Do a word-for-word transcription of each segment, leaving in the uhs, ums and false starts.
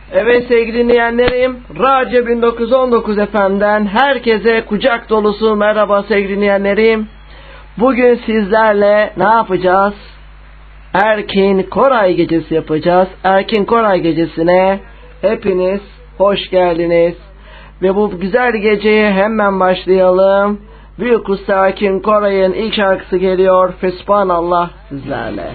Evet sevgili dinleyenlerim, Radyo bin dokuz yüz on dokuz F M'den herkese kucak dolusu merhaba sevgili dinleyenlerim. Bugün sizlerle ne yapacağız? Erkin Koray Gecesi yapacağız. Erkin Koray Gecesi'ne hepiniz hoş geldiniz. Ve bu güzel geceye hemen başlayalım. Büyük Usta Erkin Koray'ın ilk şarkısı geliyor. Fesubhanallah sizlerle.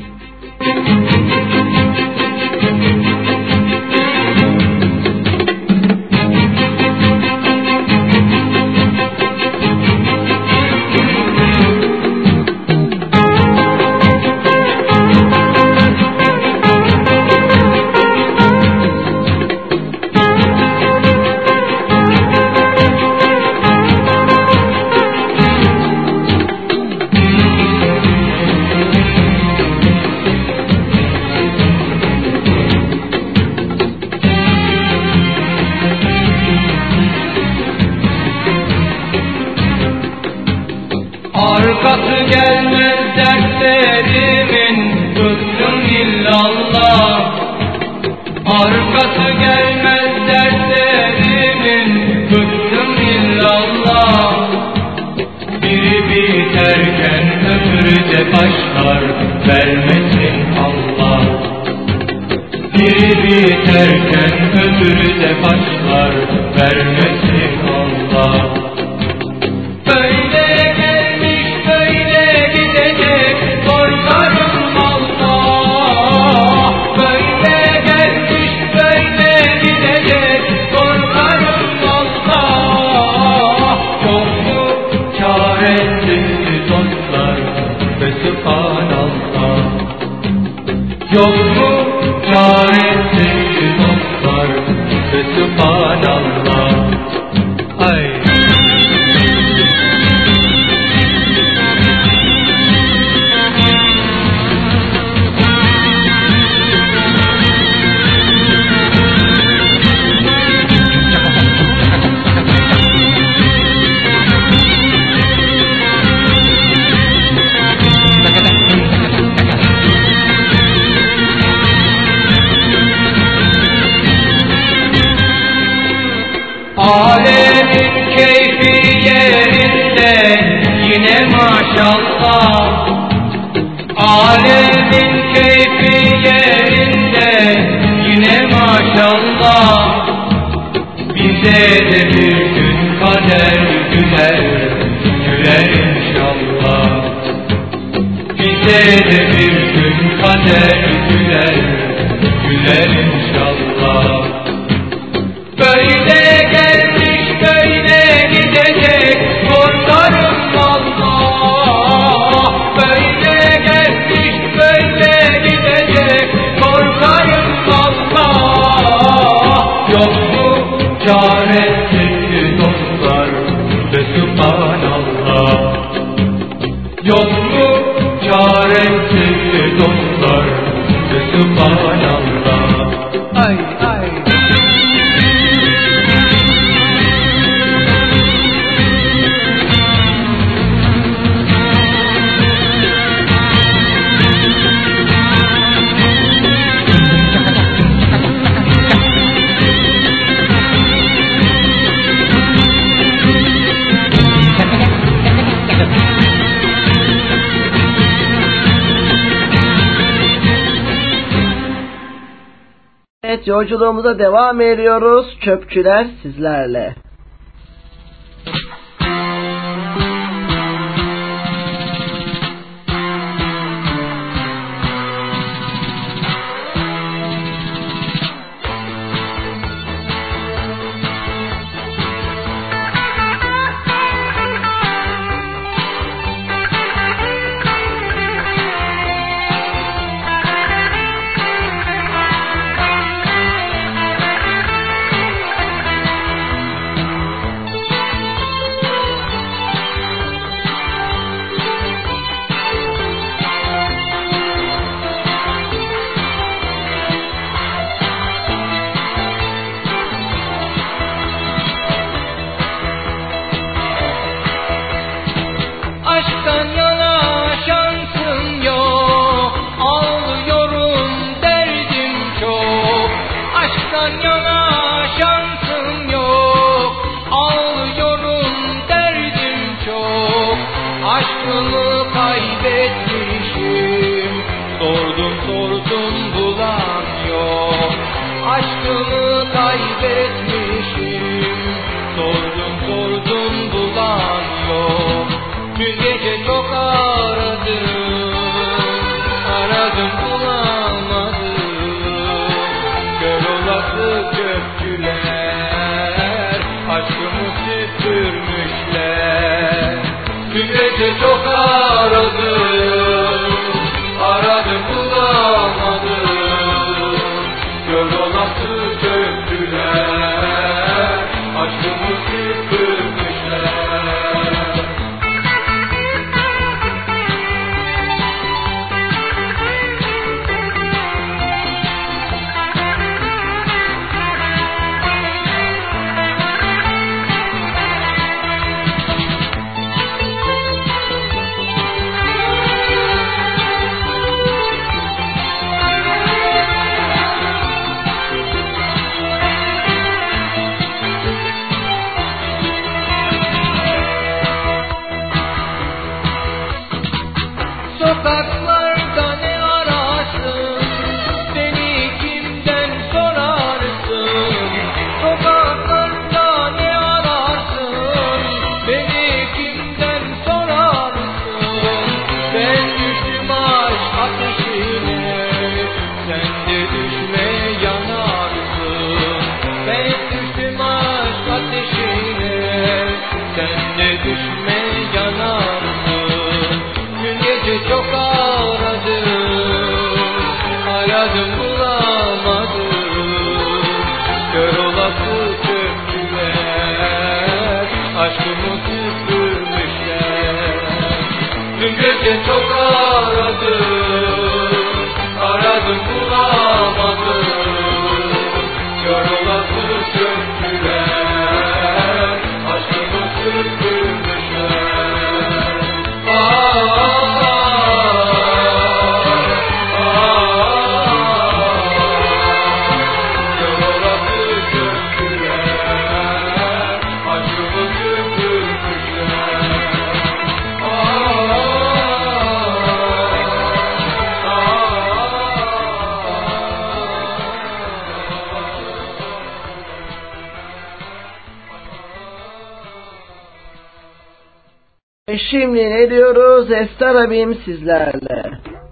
Arkası gelmez dertlerimin, bıktım illallah. Arkası gelmez dertlerimin, bıktım illallah. Biri biterken öbürü de başlar, vermesin Allah. Biri biterken öbürü de başlar, vermesin Allah. Böyle gelmiş böyle gidecek, korkarım Allah. Böyle gelmiş böyle gidecek, korkarım Allah. Yok mu çaresi dostlar, Fesubhanallah. Yok mu çaresi dostlar, Fesubhanallah. Ay. Alemin keyfi yerinde yine maşallah. Alemin keyfi yerinde yine maşallah. Bize de bir gün kader güler, güler inşallah. Bize de bir gün kader güler, güler inşallah. Böyle gelmiş böyle gidecek, korkarım Allah. Böyle gelmiş böyle gidecek, korkarım Allah. Yok mu çaresi dostlar, Fesubhanallah. Yok mu çaresi dostlar, Fesubhanallah. Ay ay. Evet, yolculuğumuza devam ediyoruz. Çöpçüler sizlerle. aklımı kaybetmişim. Sordum sordum bulan yok. Aşkımı kaybetmişim. Sordum sordum bulan yok. Dün gece çok aradım, aradım bulamadım. Göl olası çöpçüler aşkımı süpürmüşler. Dün gece çok aradım, aradım bulamadım. Göl olası çöpçüler aşkımı süpürmüşler. Sokaklarda ne ararsın? Beni kimden sorarsın? Sokaklarda ne ararsın? Beni kimden sorarsın? Ben düştüm aşk ateşine, sen de düşme yanarsın. Ben düştüm aşk ateşine, sen de düşme yanarsın. Dün gece çok aradım, aradım bulamadım. Kör olası çöpçüler aşkımı süpürmüşler. Dün gece çok aradım, aradım bulamadım. Kör olası çöpçüler aşkımı süpürmüşler. Ah, E şimdi ne diyoruz? Estar abim sizlerle.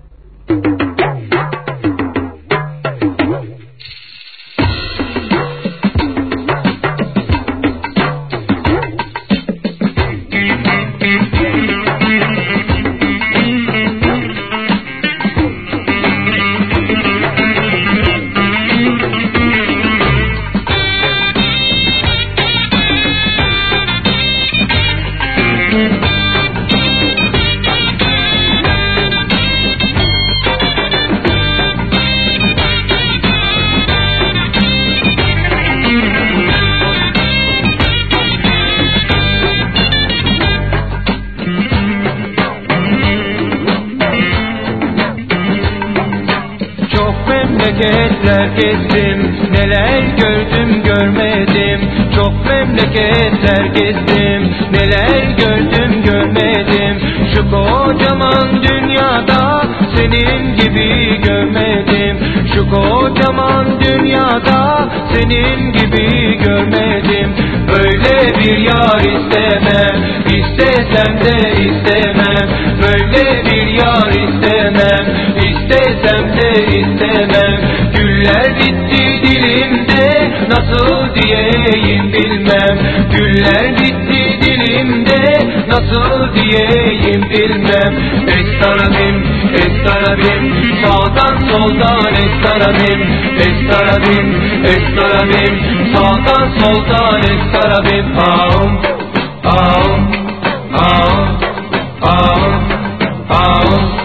memleketler gezdim, neler gördüm görmedim. Çok memleketler gezdim, neler gördüm görmedim. Şu kocaman dünyada senin gibi görmedim. Şu kocaman dünyada senin gibi görmedim. Böyle bir yar istemem, istesem de istemem. Böyle bir yar istemem, istesem de istemem. Güller bitti dilimde, nasıl diyeyim bilmem. Güller bitti dilimde, nasıl diyeyim bilmem. Estarabim, estarabim, sağdan soldan estarabim. Estarabim, estarabim, sağdan soldan estarabim. Aum, aum, aum, aum, aum.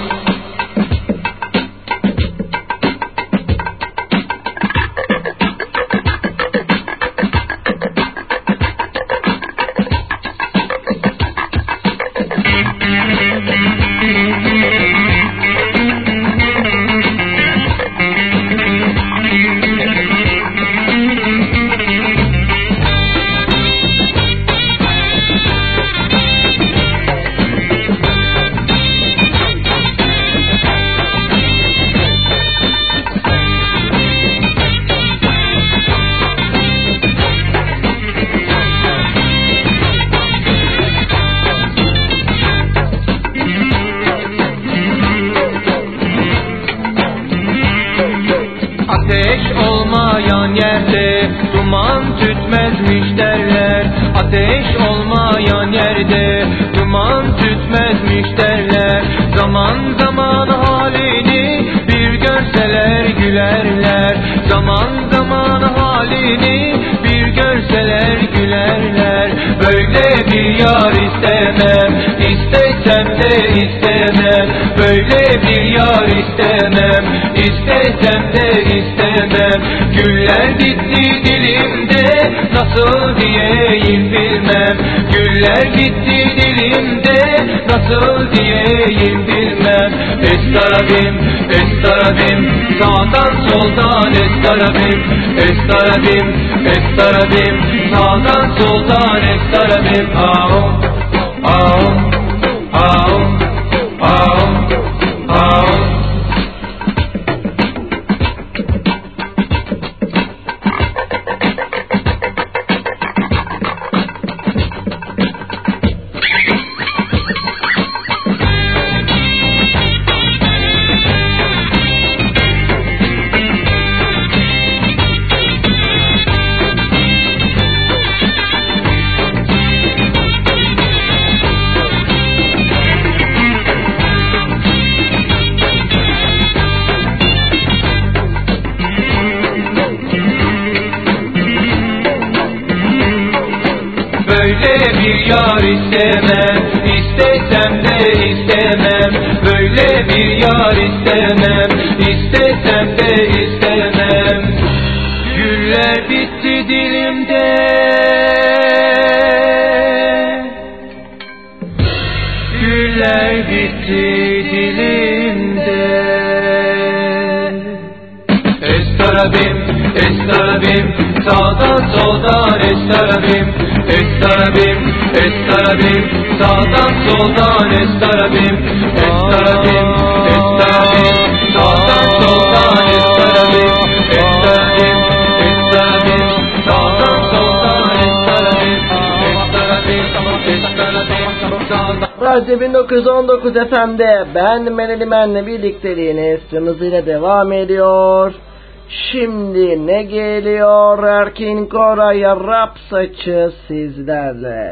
olmayan yerde duman tütmezmiş derler. Ateş olmayan yerde duman tütmezmiş derler. Zaman zaman halini bir görseler gülerler. Zaman zaman halini bir görseler gülerler. Böyle bir yar istemem, istesem de istemem. Böyle bir yar istemem, istesem de istemem. Güller gitti dilimde, nasıl diyeyim bilmem. Güller gitti dilimde, nasıl diyeyim bilmem. Estarabim, estarabim, sağdan soldan estarabim. Estarabim, estarabim, sağdan soldan estarabim. Aum, aum, aum, aum, aum. Böyle bir yar istemem, istesem de istemem. Böyle bir yar istemem, istesem de istemem. Güller bitti dilimde, güller bitti dilimde. Estarabim, estarabim, sağdan soldan estarabim. Estarabim, estarabim, sağdan soldan estarabim. Estarabim, estarabim, sağdan soldan estarabim. Estarabim, estarabim, sağdan soldan estarabim. Estarabim, estarabim, sağdan. Radyo bin dokuz yüz on dokuz F M'de ben Meleli Men'le birlikteliğiniz tüm hızıyla devam ediyor. Şimdi ne geliyor? Erkin Koray'a rap saçı sizlerle.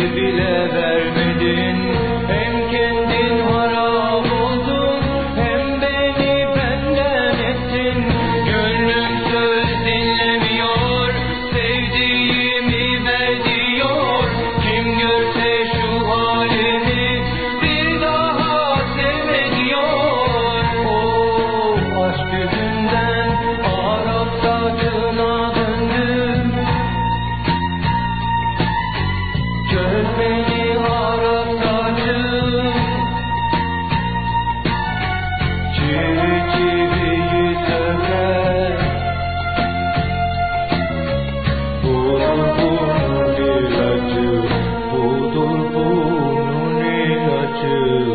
bile vermedin. Hem kendin harap oldun, hem beni benden ettin. Gönlüm söz dinlemiyor, sevdiğimi ver diyor. Kim görse şu halimi bir daha sevme diyor. Oh, aşk yüzünden Arap saçına döndüm. Gör beni Arap saçım, çivi çiviyi söker. Budur bunun ilacı, budur bunun ilacı.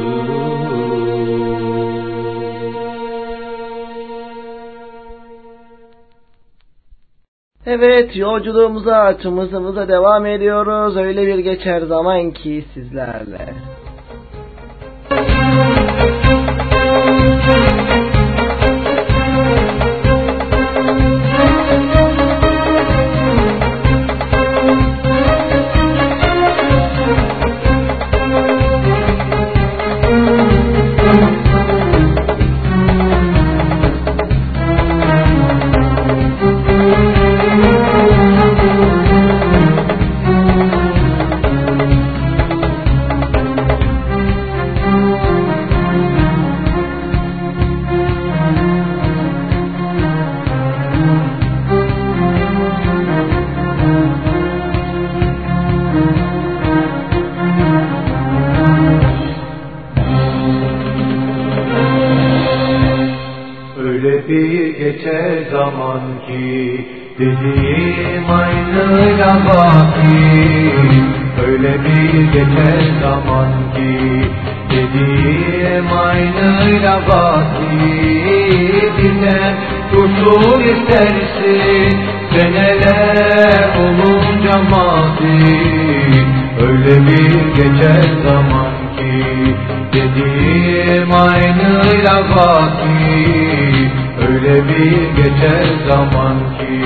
Evet, yolculuğumuza, tüm hızımıza devam ediyoruz. Öyle bir geçer zaman ki sizlerle. Öyle bir geçer zaman ki dediğim aynıyla baki. Öyle bir geçer zaman ki dediğim aynıyla baki. Bizden kurtul istersin seneler olunca mazi. Öyle bir geçer zaman ki dediğim aynıyla baki. Öyle bir geçer zaman ki.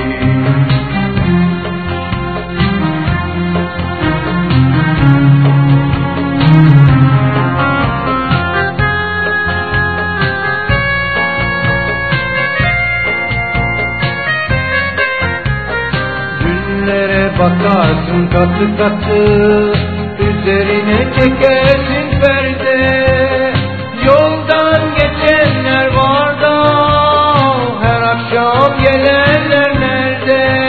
Günlere bakarsın katı katı, üzerine çekersin perde. Yoldan geçenler var da her akşam gelenler nerede?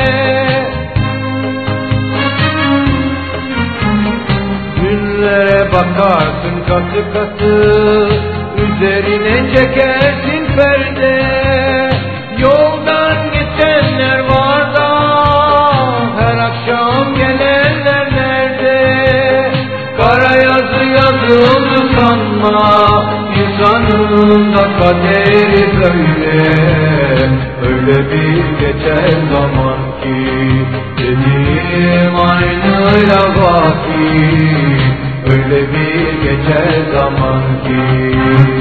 Günlere bakarsın katı katı, üzerine çekersin perde. Yoldan geçenler var da her akşam gelenler nerede? Kara yazı yazıldı sanma, İnsanın da kaderi böyle. Öyle bir geçer zaman ki dediğim aynıyla baki. Öyle bir geçer zaman ki.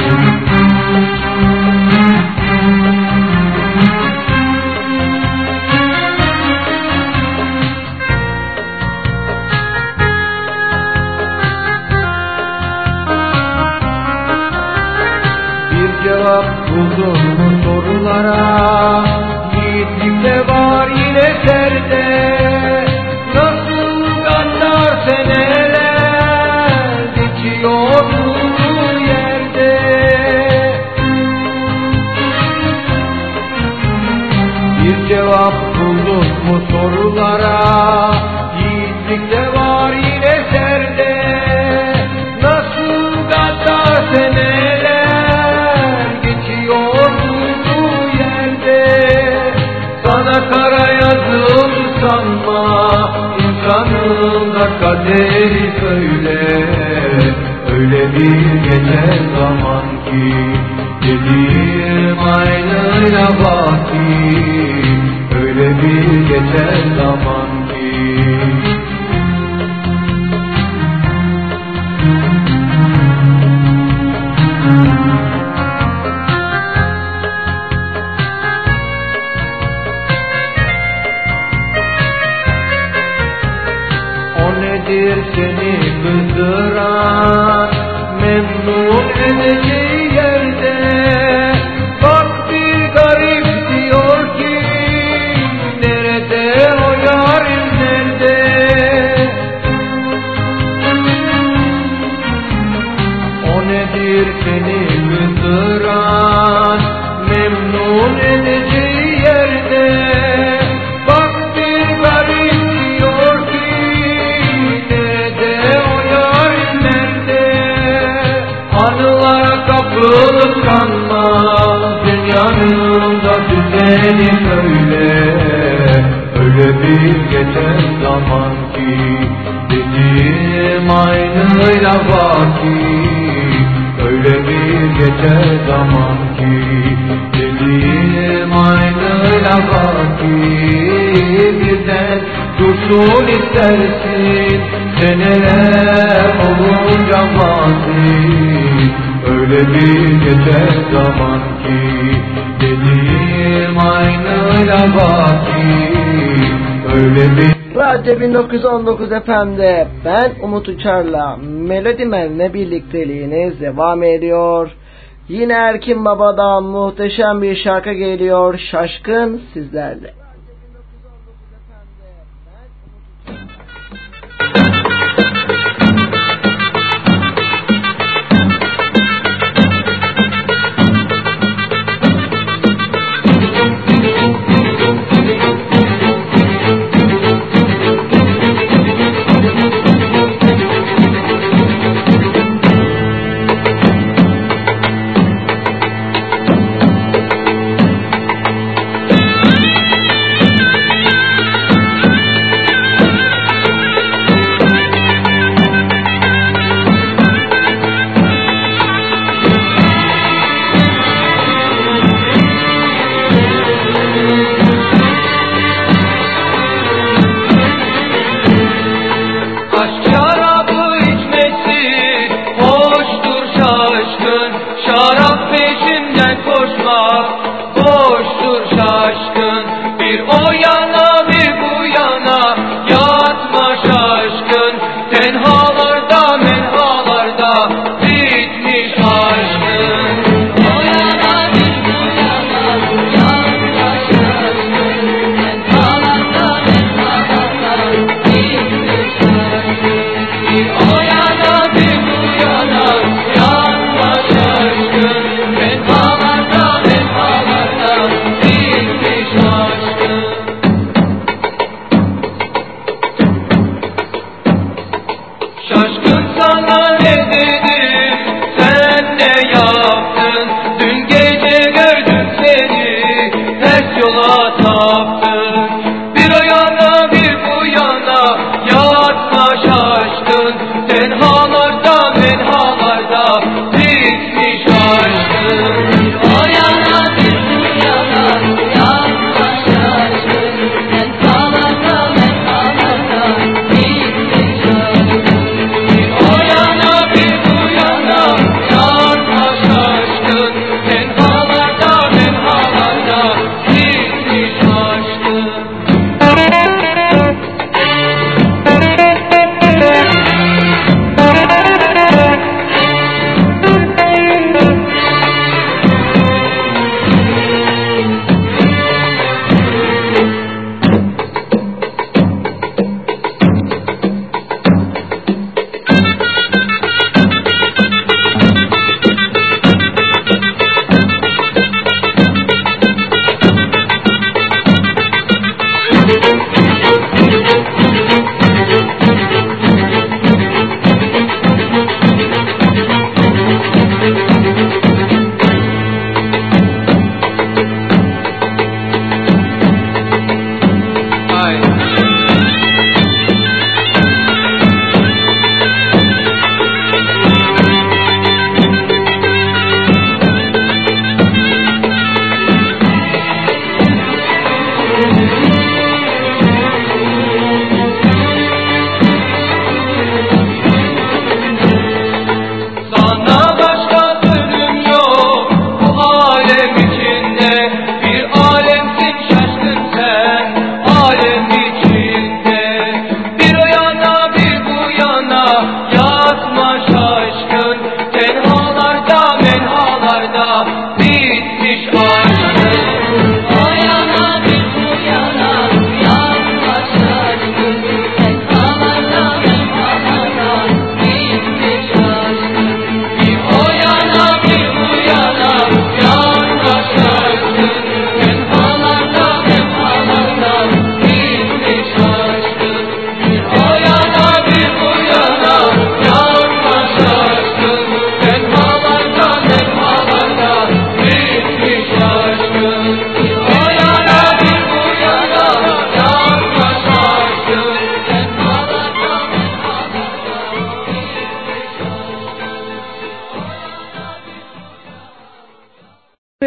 Cevap buldun mu sorulara? Yiğitlikte var yine serde. Nasıl gaddar seneler geçiyor durduğu yerde. Bir cevap buldun mu sorulara? Yiğitlikte var yine serde. Nasıl gaddar seneler sana kara yazıldı sanma, insanın da kaderi böyle. Öyle bir geçer zaman ki dediğim aynıyla baki. Öyle bir geçer zaman ki. seni kızdıran, memnun edeceği yerde? Bak bir garip diyor ki, nerede o yarim nerede? O nedir seni kızdıran, memnun edeceği yerde? Bak bir garip diyor ki, nerede o yarim nerede? Anılara kapılıp kanma, dünyanın da düzeni böyle. Öyle bir geçen zaman ki, dediğim aynıyla baki. Öyle bir geçer zaman ki, dediğim aynıyla baki. Birden dursun istersin, seneler olunca mazi. Öyle bir geçer zaman ki, dediğim aynıyla baki. Öyle bir Radyo bin dokuz yüz on dokuz Efendi, ben Umut Uçar'la Melodi Men'le birlikteliğiniz devam ediyor. Yine Erkin Baba'dan muhteşem bir şarkı geliyor, Şaşkın sizlerle.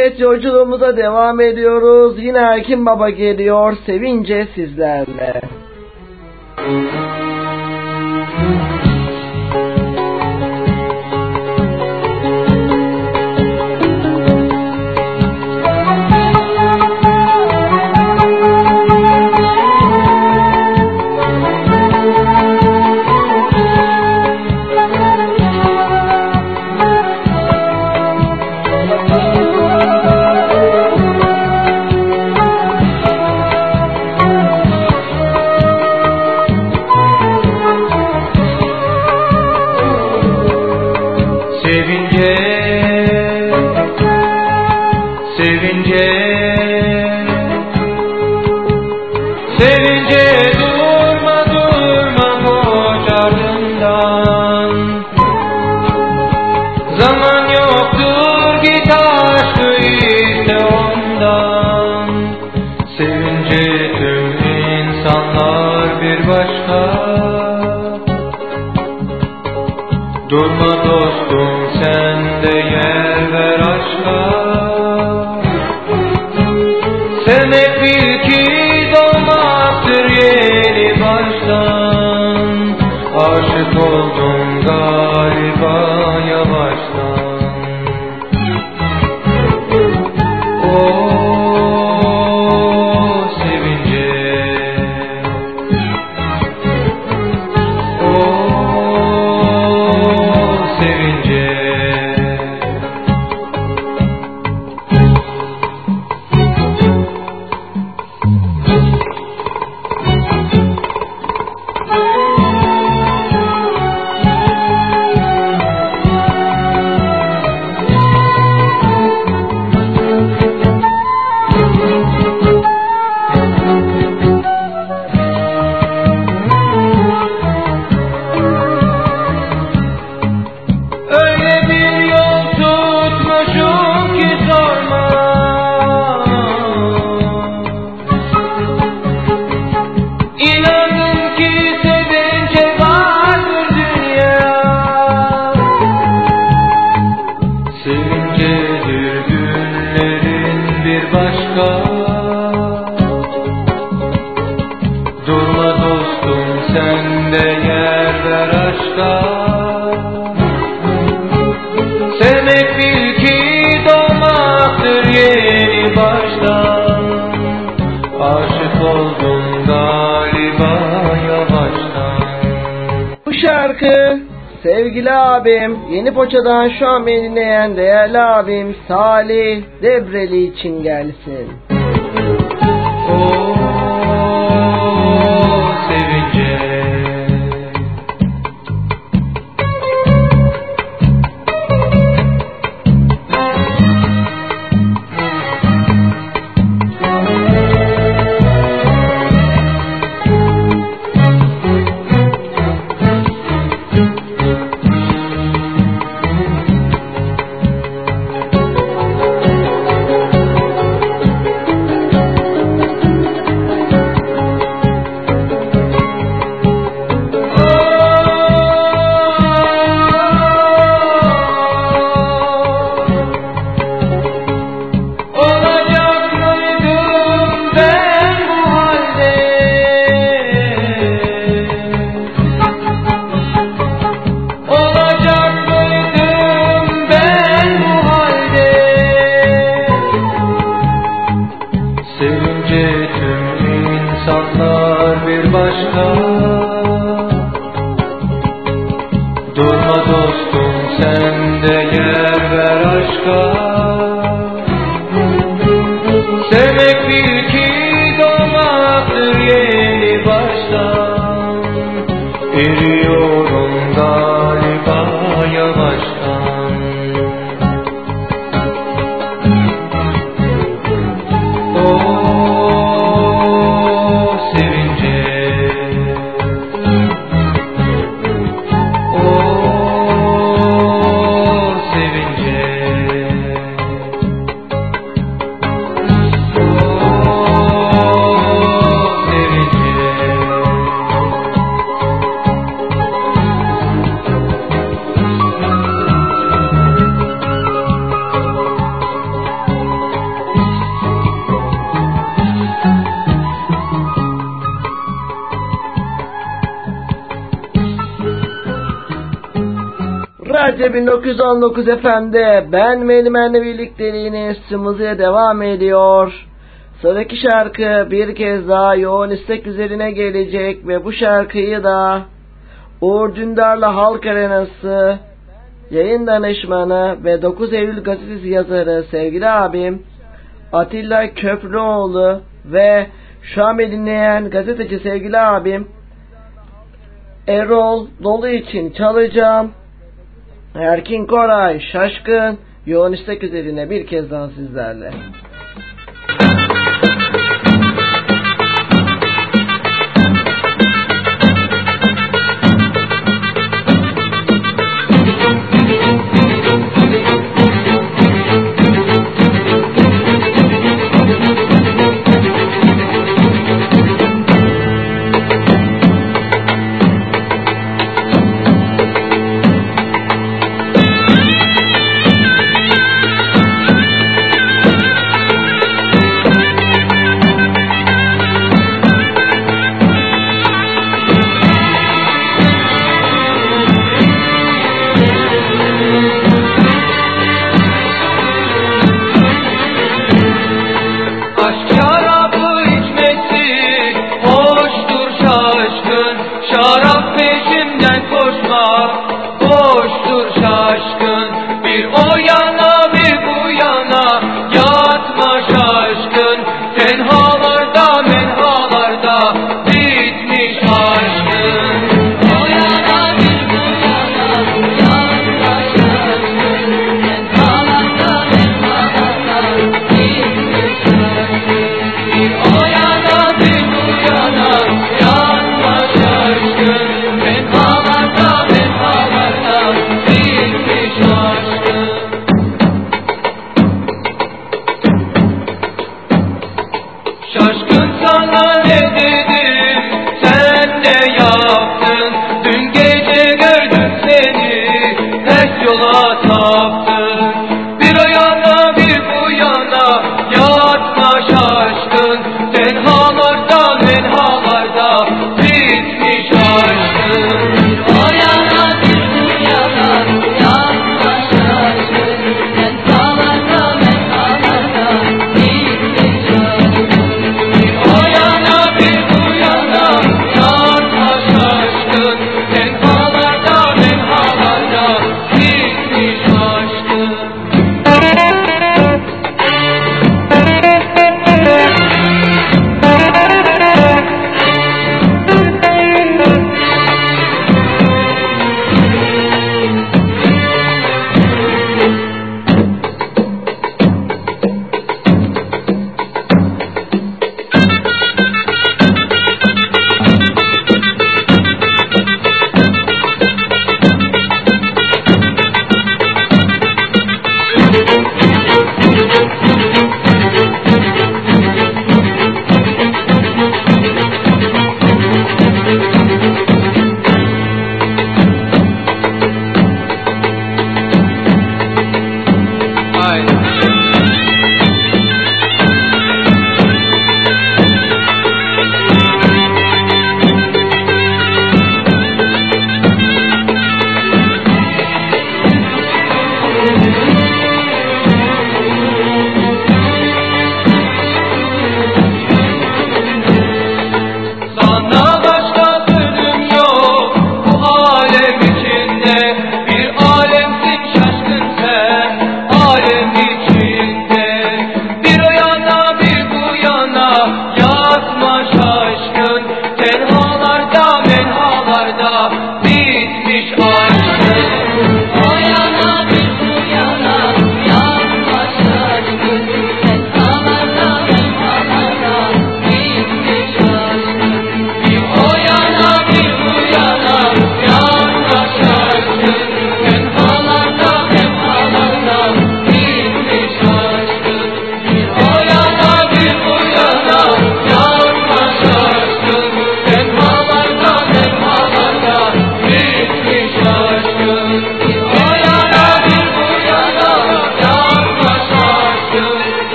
Evet, yolculuğumuza devam ediyoruz. Yine Erkin Baba geliyor. Sevince sizlerle. Yeni Poça'dan şu an beni dinleyen değerli abim Salih Debreli için gelsin. Oh, sevince. Radyo bin dokuz yüz on dokuz efendi, ben Melimen'le birlikteliğiniz Sımızı'ya devam ediyor. Sıradaki şarkı bir kez daha yoğun istek üzerine gelecek ve bu şarkıyı da Uğur Dündar'la Halk Arenası yayın danışmanı ve dokuz Eylül gazetesi yazarı sevgili abim Atilla Köprüoğlu ve şu an beni dinleyen gazeteci sevgili abim Erol Dolu için çalacağım. Erkin Koray Şaşkın yoğun istek üzerine bir kez daha sizlerle. Aşkın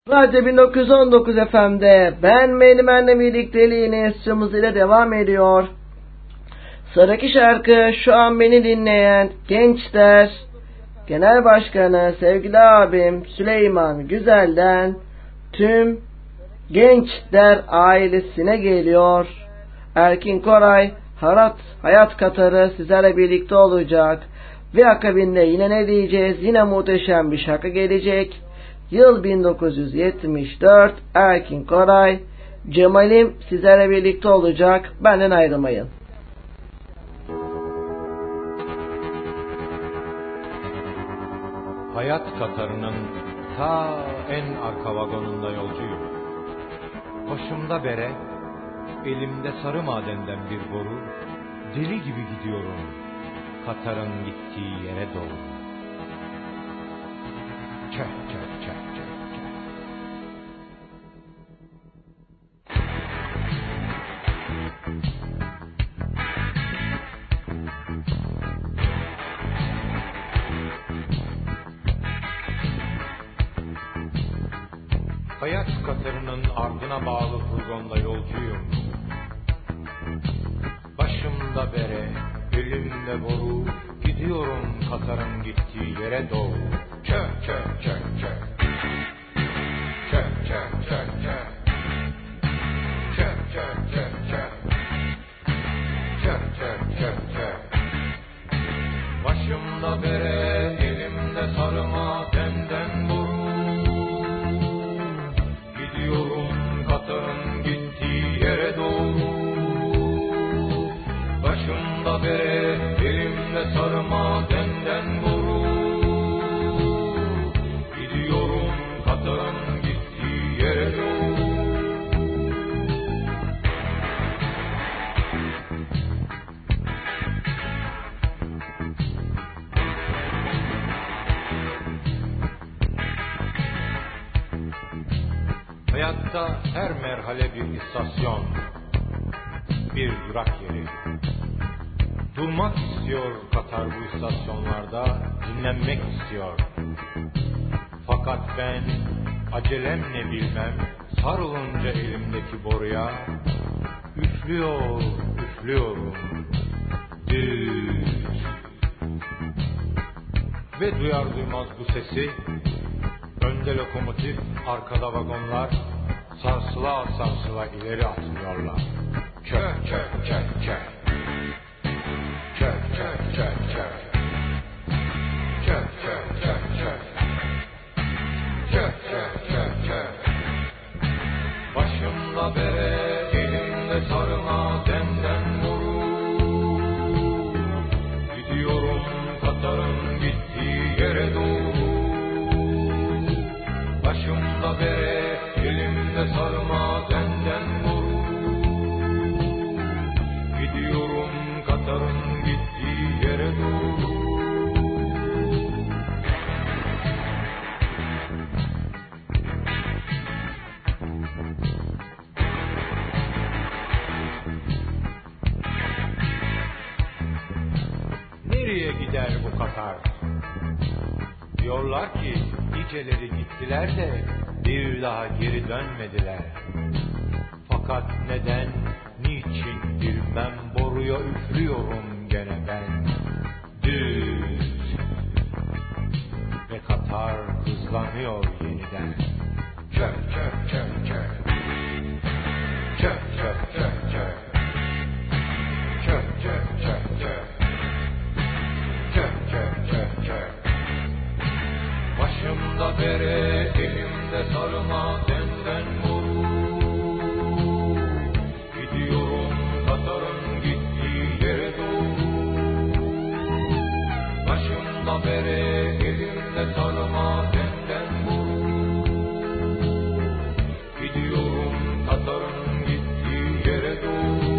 Radyo bin dokuz yüz on dokuz F M'de ben Menemen'le birlikteliğiniz tümümüz ile devam ediyor. Sıradaki şarkı şu an beni dinleyen Gençler Genel Başkanı sevgili abim Süleyman Güzel'den tüm Gençler ailesine geliyor. Erkin Koray Harat Hayat Katarı sizlerle birlikte olacak. Ve akabinde yine ne diyeceğiz? Yine muhteşem bir şarkı gelecek. Yıl bin dokuz yüz yetmiş dört Erkin Koray Cemal'im sizlerle birlikte olacak. Benden ayrılmayın. Hayat Katarı'nın ta en arka vagonunda yolcuyum. Başımda bere, elimde sarı madenden bir boru, deli gibi gidiyorum Katar'ın gittiği yere doğru. Çek çek çek çek çek. Hayat Katarı'nın ardına bağlı furgonda yolcuyum. Başımda bere, elimde boru, gidiyorum Katar'ın gittiği yere doğru. Çök çök çök çök. Çök çök çök çök. Çök çök çök çök. Çök çök çök çök. Başımda bere, elimde sarıma benden boru. Gidiyorum Katar'ın gittiği yere doğru. Başımda bere, elimde sarıma benden boru. Gidiyorum Katar'ın gittiği yere doğru. Hayatta her merhale bir istasyon, bir durak yeri. Durmak istiyor Katar bu istasyonlarda, dinlenmek istiyor. Fakat ben acelem ne bilmem, sarılınca elimdeki boruya, üflüyor, üflüyorum, düz. Ve duyar duymaz bu sesi, önde lokomotif, arkada vagonlar, sarsıla sarsıla ileri atılıyorlar. Çök çök çök çök. Çök çök çök çök. Çök çök çök çök. Çök çök çök çök. Başımda bere, elimde sarıma benden boru. Gidiyorum Katar'ın gittiği yere doğru. Başımda bere, elimde sarıma benden boru. Gidiyorum Katar'ın gittiği yere doğru. Nereye gider bu Katar? Diyorlar ki niceleri gittiler de bir daha geri dönmediler. Fakat neden, niçin bilmem, boruya üflüyorum gene ben. Düz. Ve Katar hızlanıyor yeniden. Çök çök çök çök. Çök çök çök çök. Çök çök çök çök. Çök çök çök çök. Başımda bere, elimde sarıma benden boru. Gidiyorum Katar'ın gittiği yere doğru. Başımda bere, elimde sarıma benden boru. Gidiyorum Katar'ın gittiği yere doğru.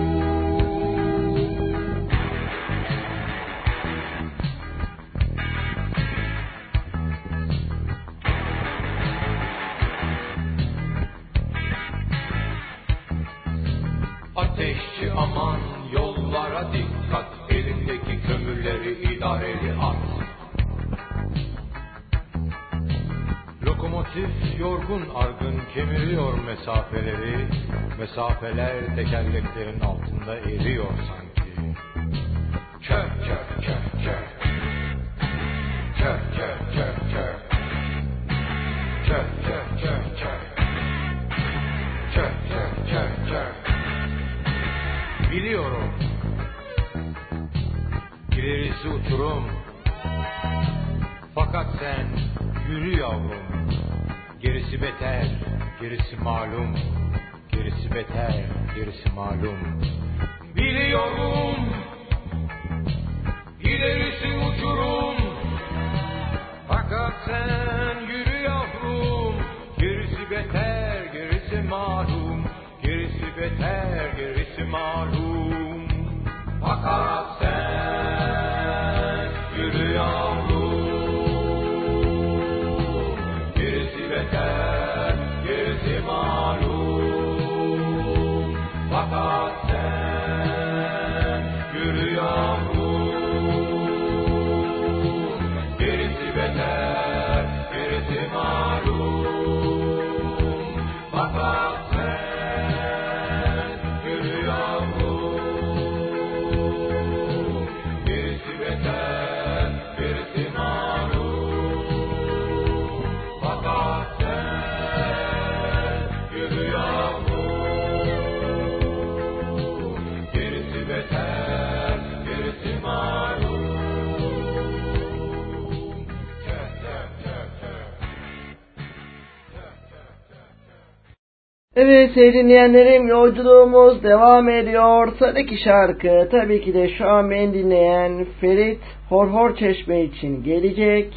Hafif yorgun argın kemiriyor mesafeleri. Mesafeler tekerleklerin altında eriyor sanki. Kök kök kök kök. Kök kök kök kök. Kök kök kök kök. Kök kök kök kök. Biliyorum. İlerisi uçurum. Fakat sen yürü yavrum. Gerisi beter, gerisi malum. Gerisi beter, gerisi malum. Biliyorum. İlerisi uçurum. Fakat sen yürü yavrum. Gerisi beter, gerisi malum. Gerisi beter, gerisi malum. Fakat sen yürü yavrum. Gerisi beter, gerisi malum. Fakat sen yürü yavrum. Gerisi beter, gerisi malum. Fakat sen yürü yavrum. Gerisi beter, gerisi malum. Fakat sen yürü yavrum. Gerisi beter, gerisi malum. Kök kök kök kök. Evet sevgili dinleyenlerim, yolculuğumuz devam ediyor. Sıradaki şarkı tabii ki de şu an beni dinleyen Ferit Horhorçeşme için gelecek.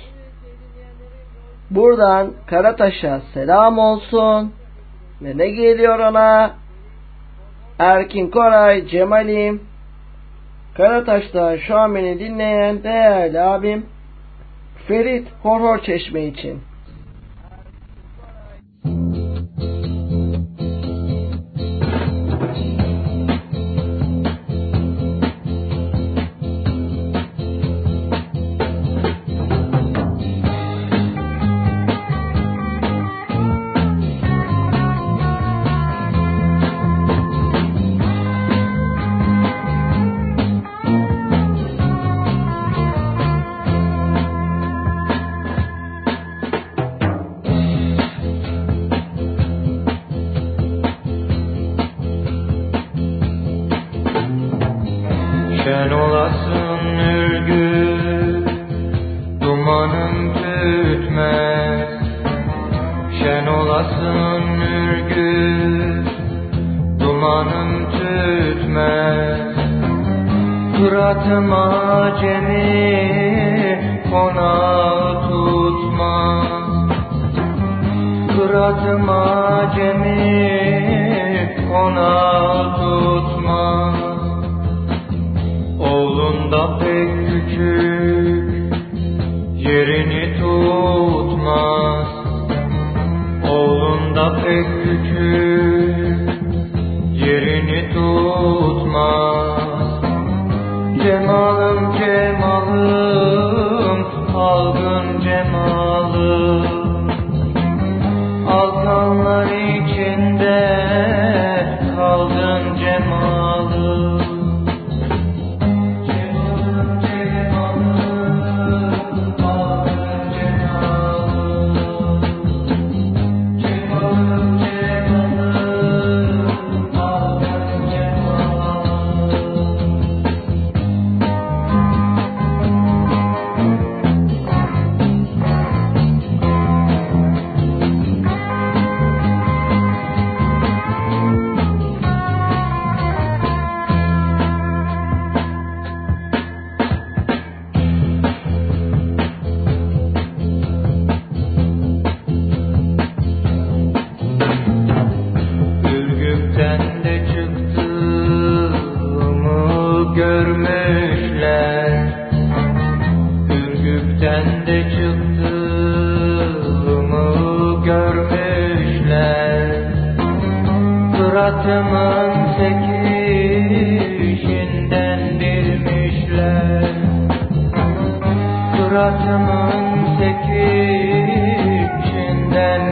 Buradan Karataş'a selam olsun. Ve ne geliyor ona? Erkin Koray, Cemal'im. Karataş'ta şu an beni dinleyen değerli abim Ferit Horhorçeşme için. Şen olasın ürgüp, dumanın tütmez. Şen olasın ürgüp, dumanın tütmez. Kıratım acemi, konağı tutmaz. Kıratım acemi, konağı tutmaz. Oğlunda pek küçük, yerini tutmaz. Oğlunda pek küçük, yerini tutmaz. Cemalım cemalım, algın cemalım. Alkanlar içinde kaldın cemalım. Suratımın sekişinden bilmişler. Suratımın sekişinden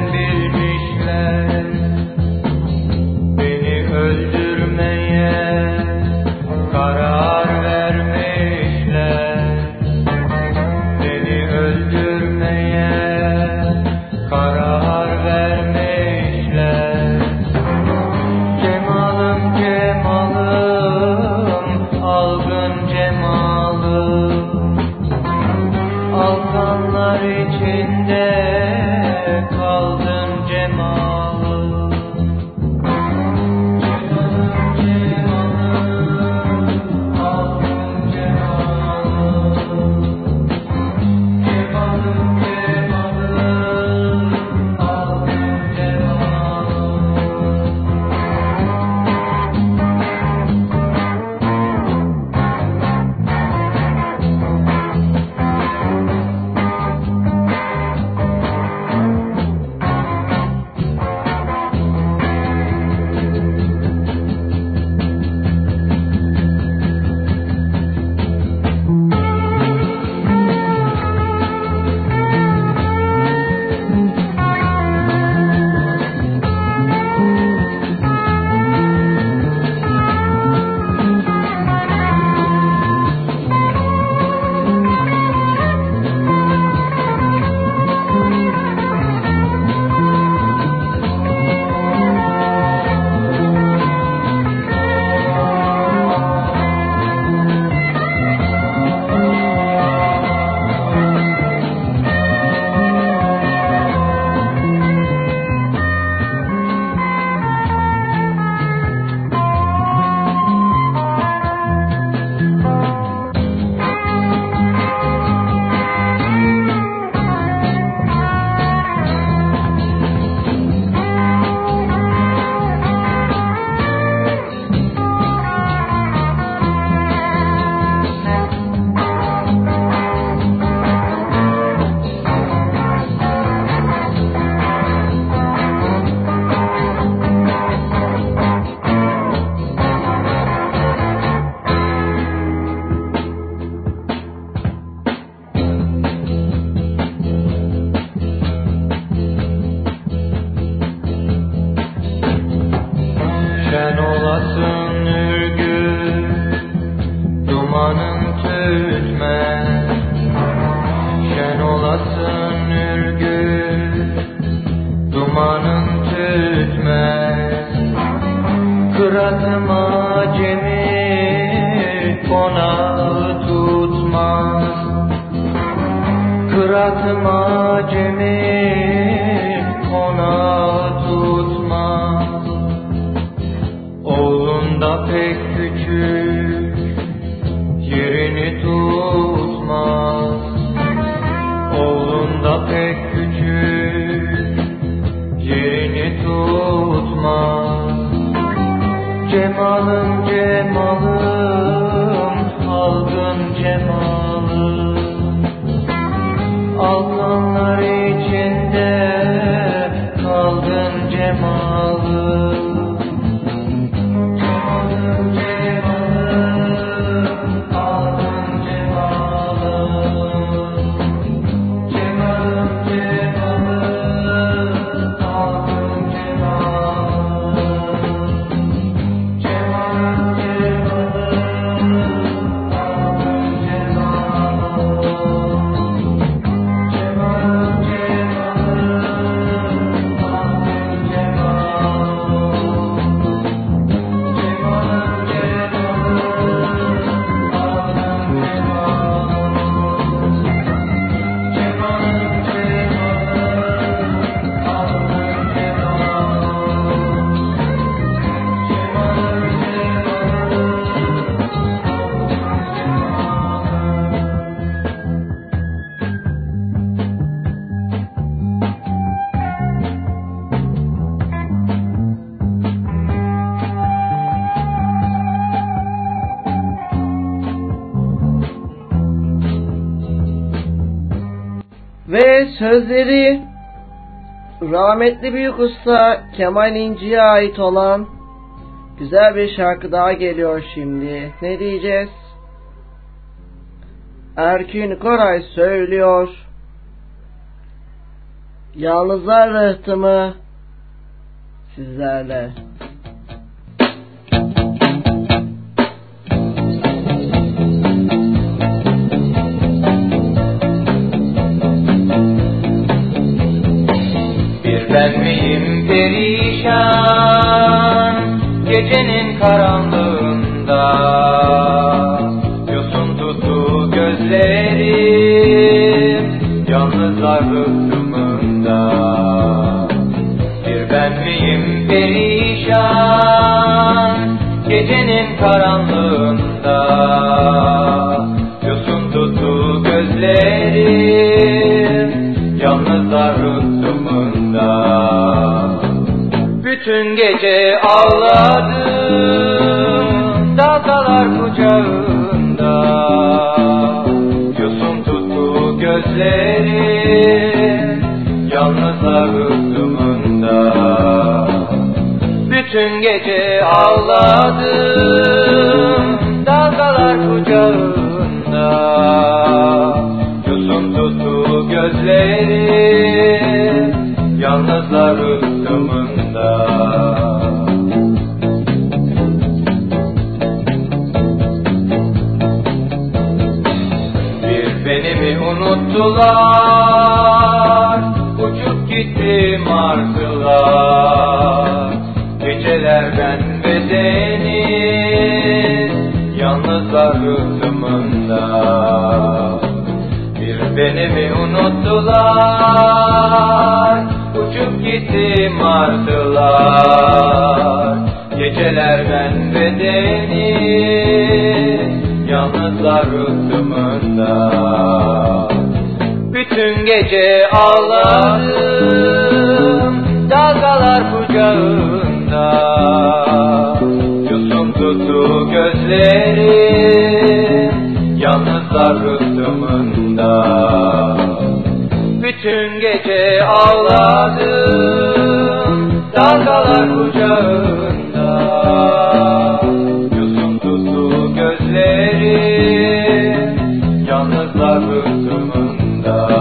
kaldın cemalım. Şen olasın ürgün, dumanın tütmez. Şen olasın ürgün, dumanın tütmez. Kıratım acemi, konağı tutmaz. Kıratım acemi, konağı tutmaz. Oğlun da pek küçük, yerini tutmaz. Oğlun da pek küçük, yerini tutmaz. Cemalım cemalım, algın cemalım. Alkanlar içinde kaldın cemalım. Ve sözleri rahmetli büyük usta Kemal İnci'ye ait olan güzel bir şarkı daha geliyor şimdi. Ne diyeceğiz? Erkin Koray söylüyor. Yalnızlar rıhtımı sizlerle. Ben miyim perişan gecenin karanlığında, yosun tuttu gözlerim yalnızlar rıhtımında. perişan gecenin karanlığında, yosun tuttu gözlerim yalnızlar rıhtımında. Bütün gece ağladım dalgalar kucağında, yosun tuttu gözlerim yalnızlar rıhtımında. Bütün gece ağladım dalgalar kucağında, yosun tuttu gözlerim yalnızlar rıhtımında. Bir beni mi unuttular, uçup gitti martılar. Gecelerden ve deniz yalnızlar rıhtımında. Bir beni mi unuttular, uçup gitti martılar. Gecelerden ve deniz yalnızlar rıhtımında. Bütün gece ağladım dalgalar kucağında, yosun tuttu gözlerim yalnızlar rıhtımında. Bütün gece ağladım dalgalar kucağında, yosun tuttu gözlerim yalnızlar rıhtımında.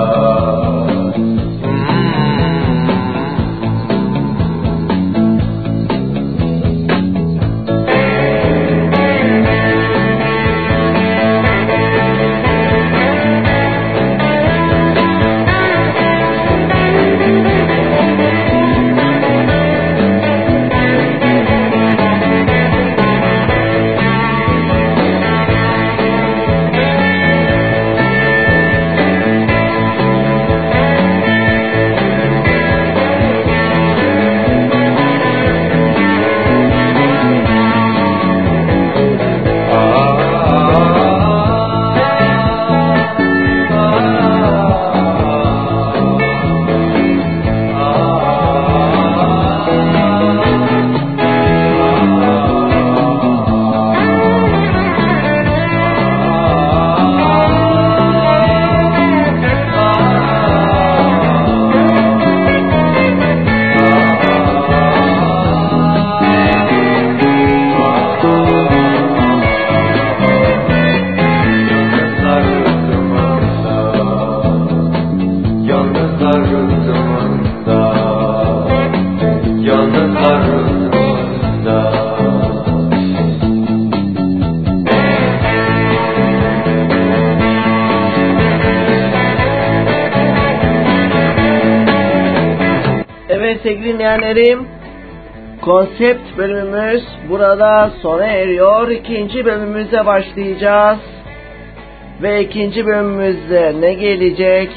Evet sevgili dinleyenlerim, konsept bölümümüz burada sona eriyor. İkinci bölümümüze başlayacağız. Ve ikinci bölümümüzde ne gelecek?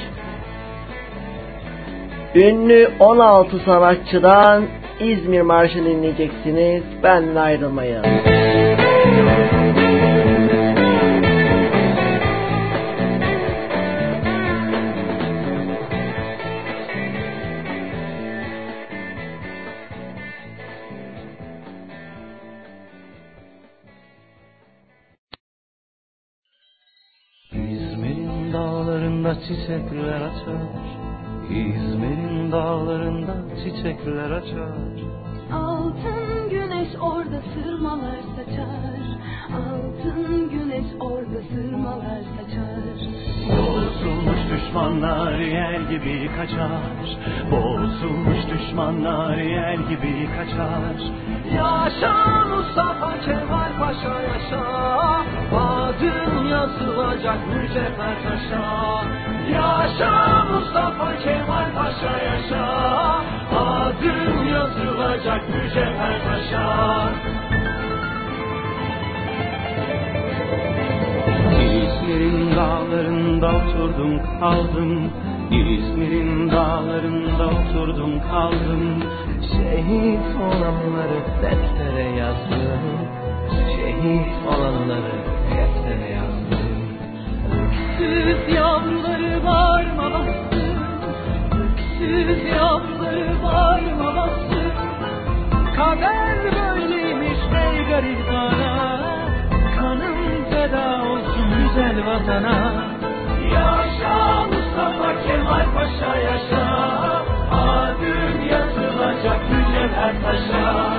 Ünlü on altı sanatçıdan İzmir Marşı'nı dinleyeceksiniz. Benden ayrılmayın. İzmir'in dağlarında çiçekler açar, İzmir'in dağlarında çiçekler açar. Altın güneş orada sırmalar saçar, altın güneş orada sırmalar saçar. Bozulmuş düşmanlar yer gibi kaçar, bozulmuş düşmanlar yer gibi kaçar. Yaşa Mustafa Kemal Paşa yaşa, adın yazılacak mücevher taşa. Yaşa Mustafa Kemal Paşa yaşa, adın yazılacak mücevher taşa. İzmir'in dağlarında oturdum kaldım, İzmir'in dağlarında oturdum kaldım. Şehit olanları deftere yazdım. Şehit olanları deftere yazdım. Öksüz yavruları bağrıma bastım. Öksüz yavruları bağrıma bastım. Kader böyleymiş ey garibana. Kanım feda olsun güzel vatana. Yaşa Mustafa Kemal Paşa yaşa. Adın yazılacak mücevher taşa.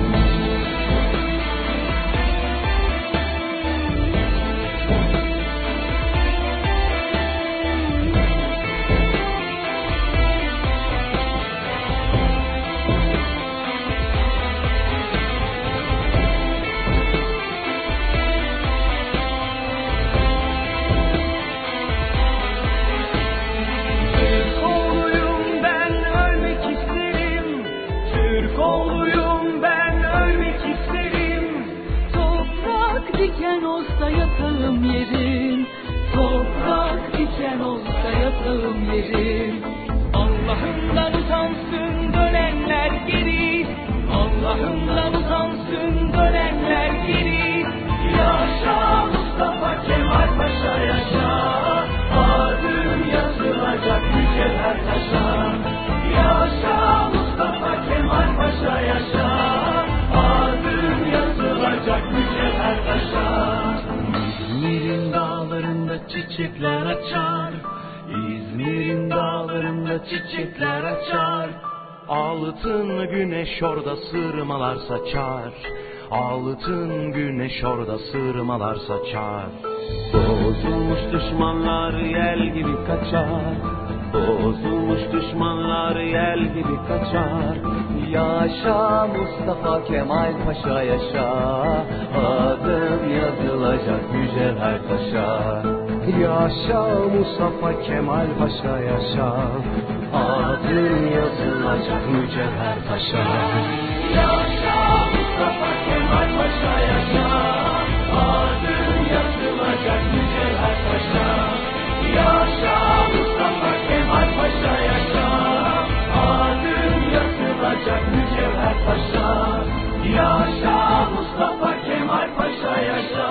Diken olsa yatağım yerim. Toprak diken olsa yatağım yerim. Allah'ından utansın dönenler geri. Allah'ından utansın dönenler geri. Yaşa Mustafa Kemal Paşa yaşa. Adın yazılacak mücevher taşa. Yaşa Mustafa Kemal Paşa yaşa. Adın yazılacak mücevher taşa. İzmir'in dağlarında çiçekler açar. İzmir'in dağlarında çiçekler açar. Altın güneş orada sırmalar saçar. Altın güneş orada sırmalar saçar. Bozulmuş düşmanlar yel gibi kaçar. Bozulmuş düşmanlar yel gibi kaçar. Yaşa Mustafa Kemal Paşa yaşa. Adın yazılacak mücevher taşa. Yaşa Mustafa Kemal Paşa yaşa. Adın yazılacak mücevher taşa. Yaşa Mustafa Kemal Paşa yaşa. Adın yazılacak mücevher taşa. Yaşa Mustafa Kemal Paşa yaşa. Adın yazılacak mücevher taşa. Yaşa Mustafa Kemal Paşa yaşa.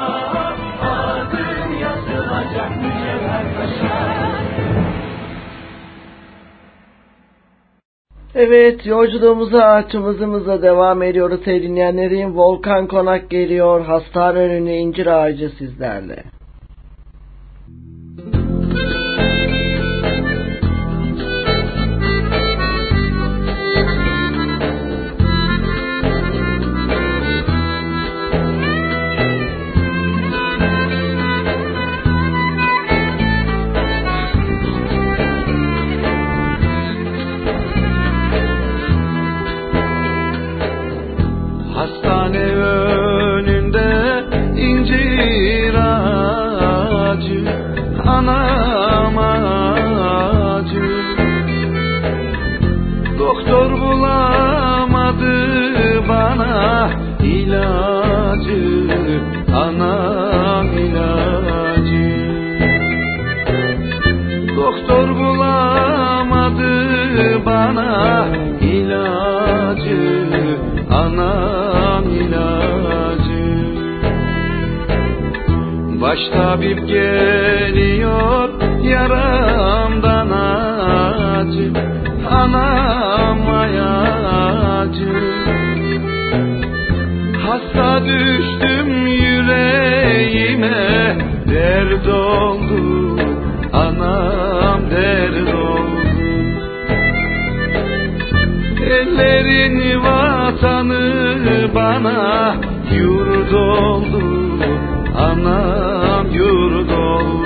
Adın yazılacak mücevher taşa. Evet, yolculuğumuza tımızımıza devam ediyoruz sevgili dinleyenlerim. Volkan Konak geliyor. Hastane önünde incir ağacı sizlerle. Hastane önünde incir ağacı, anam ağacı. Doktor bulamadı bana ilacı, anam ilacı. Doktor bulamadı bana ilacı, anam ilacı. Baş tabip geliyor yaramdan acı, anam ayacı. Hasta düştüm yüreğime, dert oldu, anam dert oldu. Ellerin vatanı bana yurt oldu, anam yurt oldu.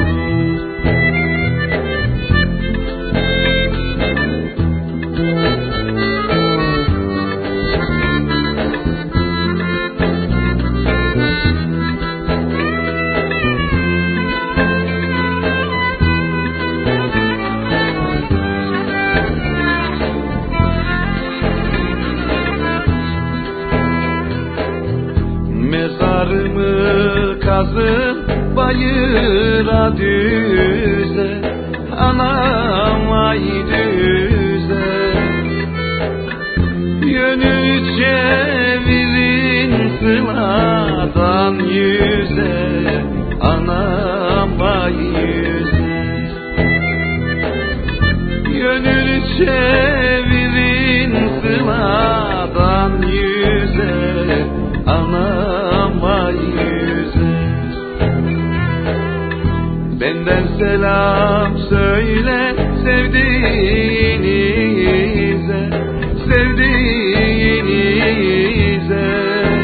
Mezarımı kazın bayıra düze, anam ay düzen. Gönül çevirin sıladan yüze, anam ay yüze. Gönül çevirin sıladan yüze, anam ay yüze. Benden selam söyle sevdiğinize, sevdiğinize.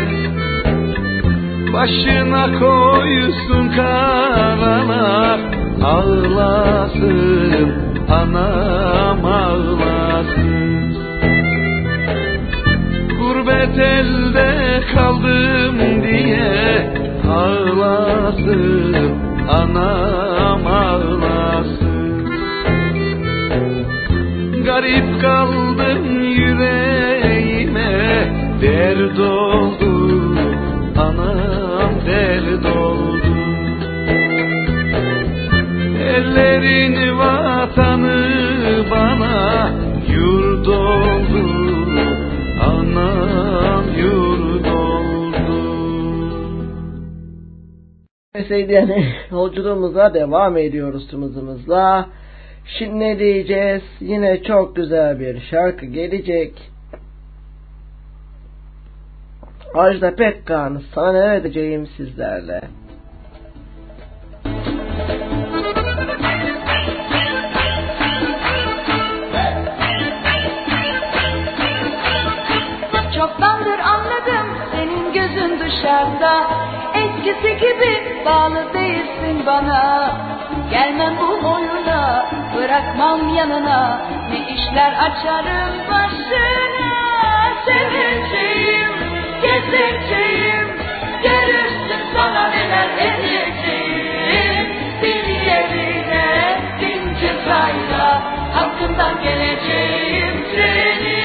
Başına koysun karalar, ağlasın anam ağlasın. Gurbet elde kaldım diye ağlasın anam ağlasın. Garip kaldım yüreğime, dert oldu anam dert oldu. Ellerin vatanı bana yurt oldu, anam yurt oldu. Neyse yani yolculuğumuza devam ediyoruz tımızımızla. Şimdi ne diyeceğiz? Yine çok güzel bir şarkı gelecek. Ajda Pekkan, sana ne edeceğim sizlerle. Çoktandır anladım senin gözün dışarıda, eskisi gibi bağlı değilsin bana. Gelmem bu oyuna, bırakmam yanına, ne işler açarım başına. Seveceğim, gezeceğim, görürsün sana neler edeceğim. Bir yerine bin cezayla hakkından geleceğim seni.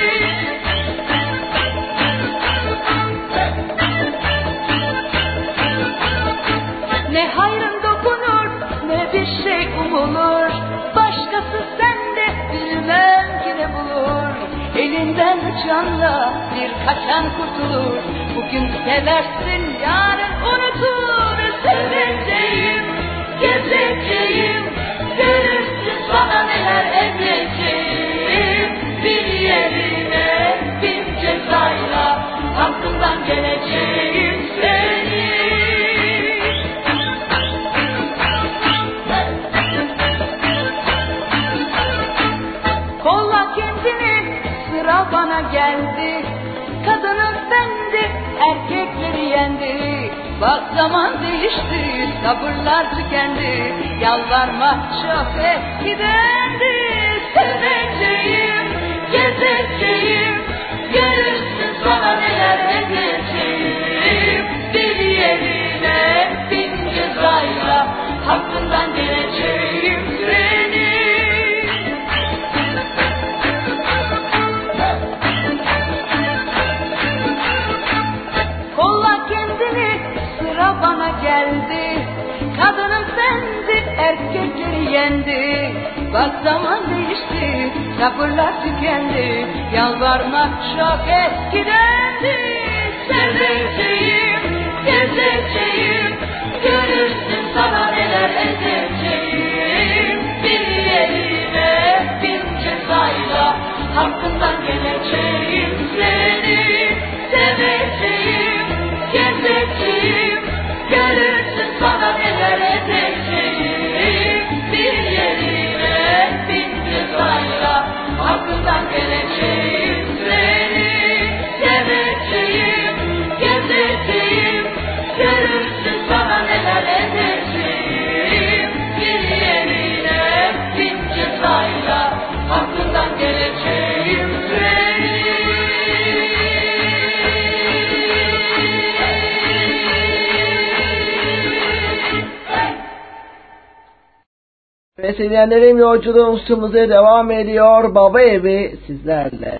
Ne hayrın dokunur, ne bir şey umulur, başkası sende bilmem ki ne bulur. Elinden uçanla bir kaçan kurtulur, bugün seversin yarın unutur. Seveceğim, gezeceğim, görürsün sana neler edeceğim. Bir yerine bin cezayla hakkından geleceğim seni. Kolla kendini, sıra bana geldi. Kadının bendi, erkekleri yendi. Bak zaman değişti, sabırlar tükendi. Yalvarma çok eskidendi. Seveceğim, gezeceğim, görürsün sana neler edeceğim. Bir yerine bin cezayla hakkından geleceğim seni. Kolla kendini, sıra bana geldi. Kadının sendi, erkekleri yendi. Bak zaman değişti, sabırlar tükendi. Yalvarmak çok eskidendi. Seveceğim, gezeceğim, görürsün sana neler edeceğim. Bir yerine bin cezayla hakkından geleceğim seni. Seveceğim, gezeceğim, görürsün sana neler edeceğim. Bir yerine bin cezayla hakkından geleceğim seni. Seveceğim, gezeceğim, görürsün sana neler edeceğim. Bir yerine bin cezayla hakkından geleceğim seni. Ve sevgilerim, yolculuğumuz tümüze devam ediyor. Baba Evi sizlerle.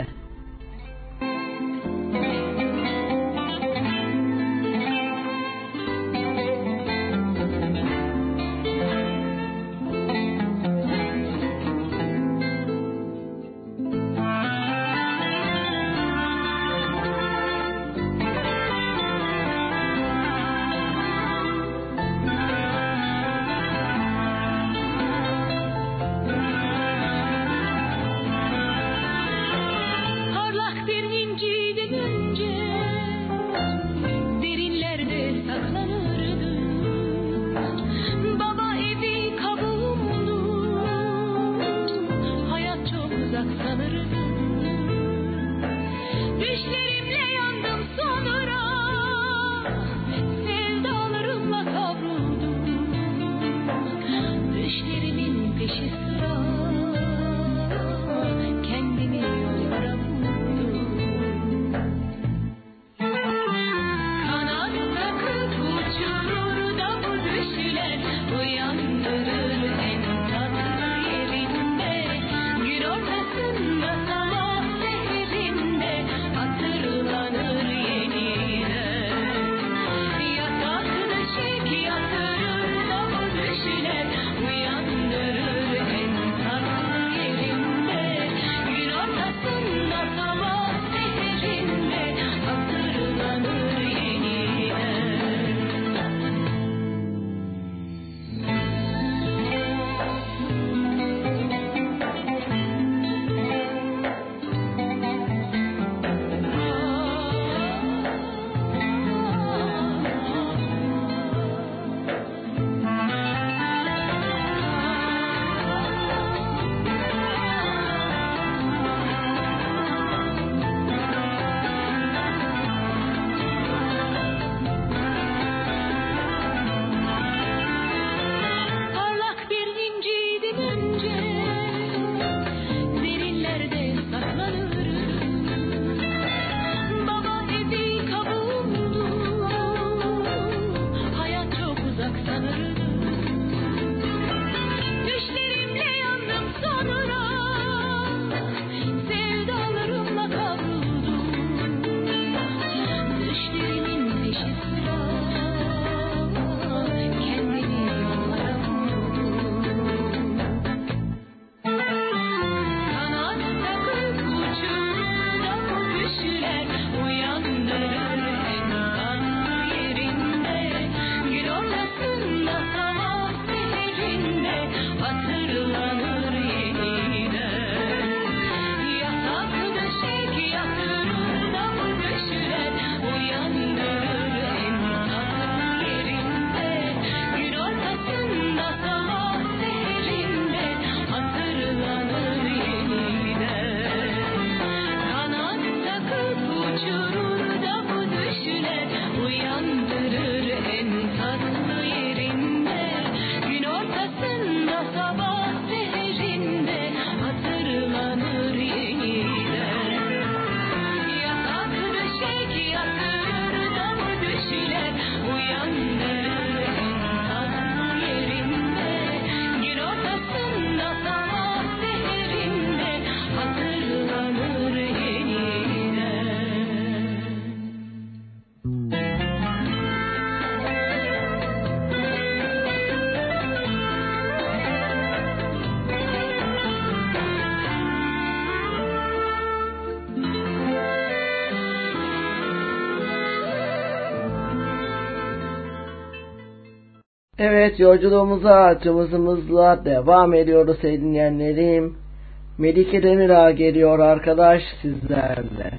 Evet, yolculuğumuza tımızımızla devam ediyoruz sevgili dinleyenlerim. Melike Demirağ geliyor arkadaş sizlerle.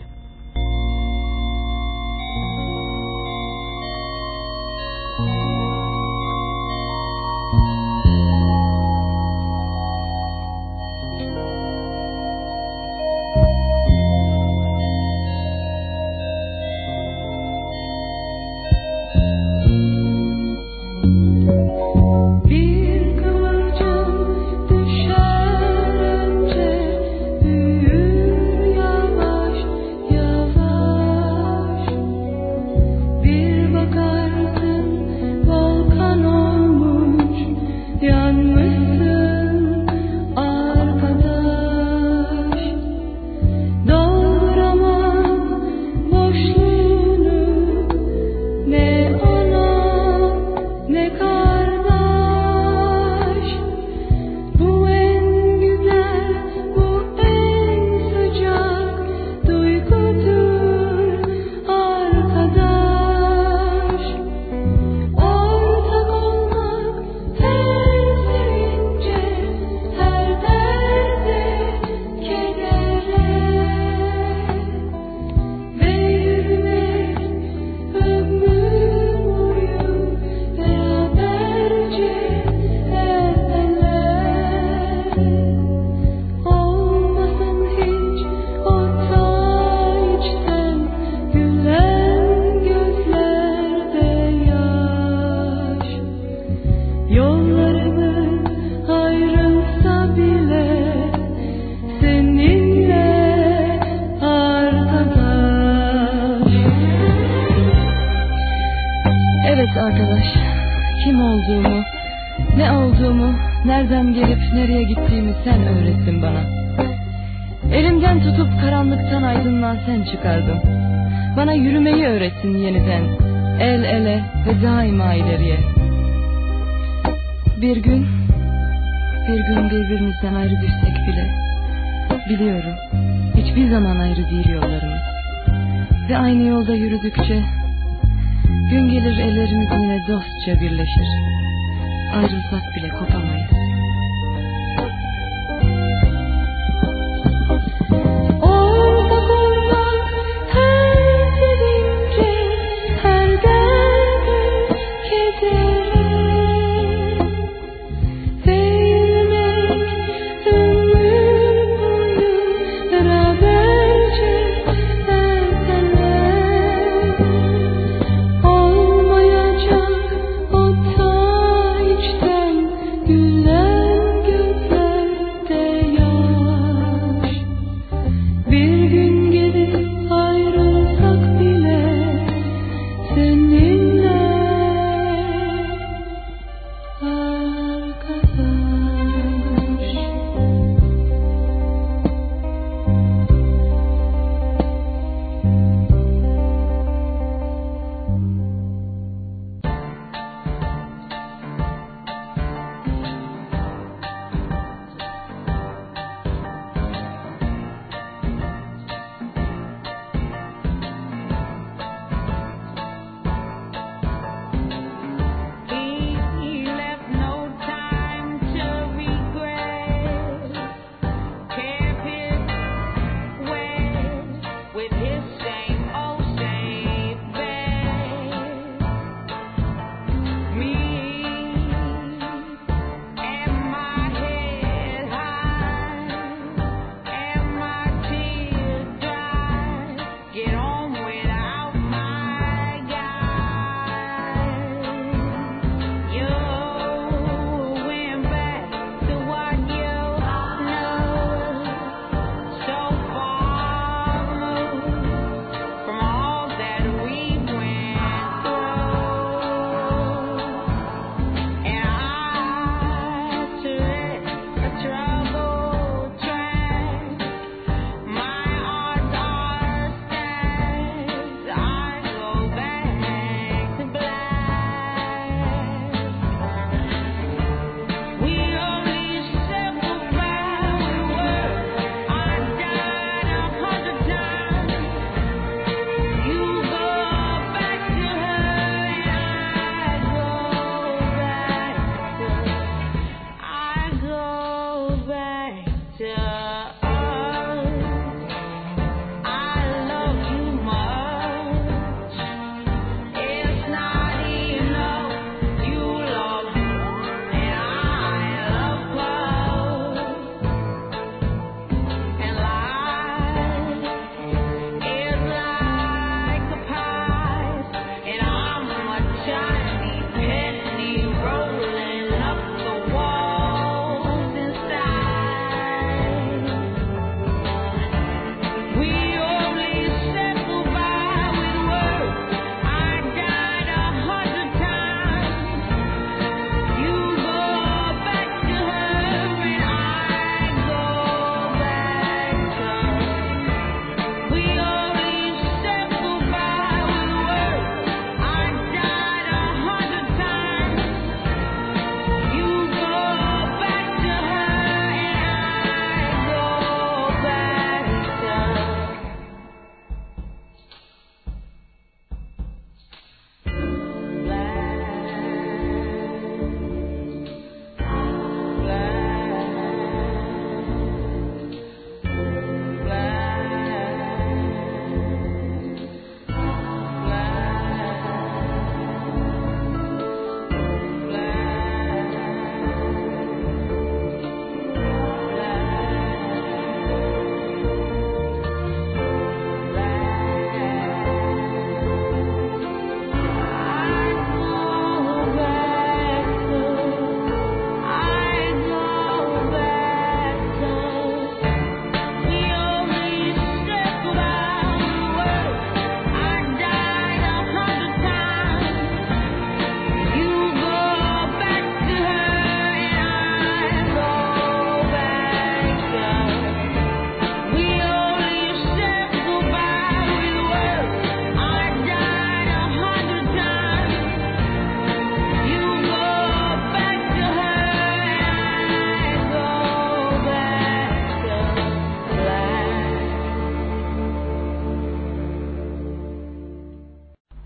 Gül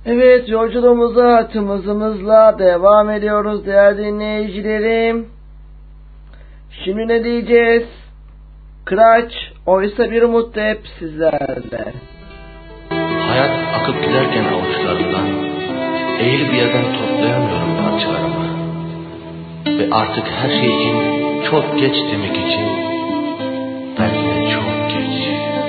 Evet, yolculuğumuza tüm hızımızla devam ediyoruz değerli dinleyicilerim. Şimdi ne diyeceğiz? Kıraç, oysa bir umut hep sizlerle. Hayat akıp giderken avuçlarımdan, eğilip bir yerden toplayamıyorum parçalarımı. Ve artık her şey için çok geç demek için, belki de çok geç.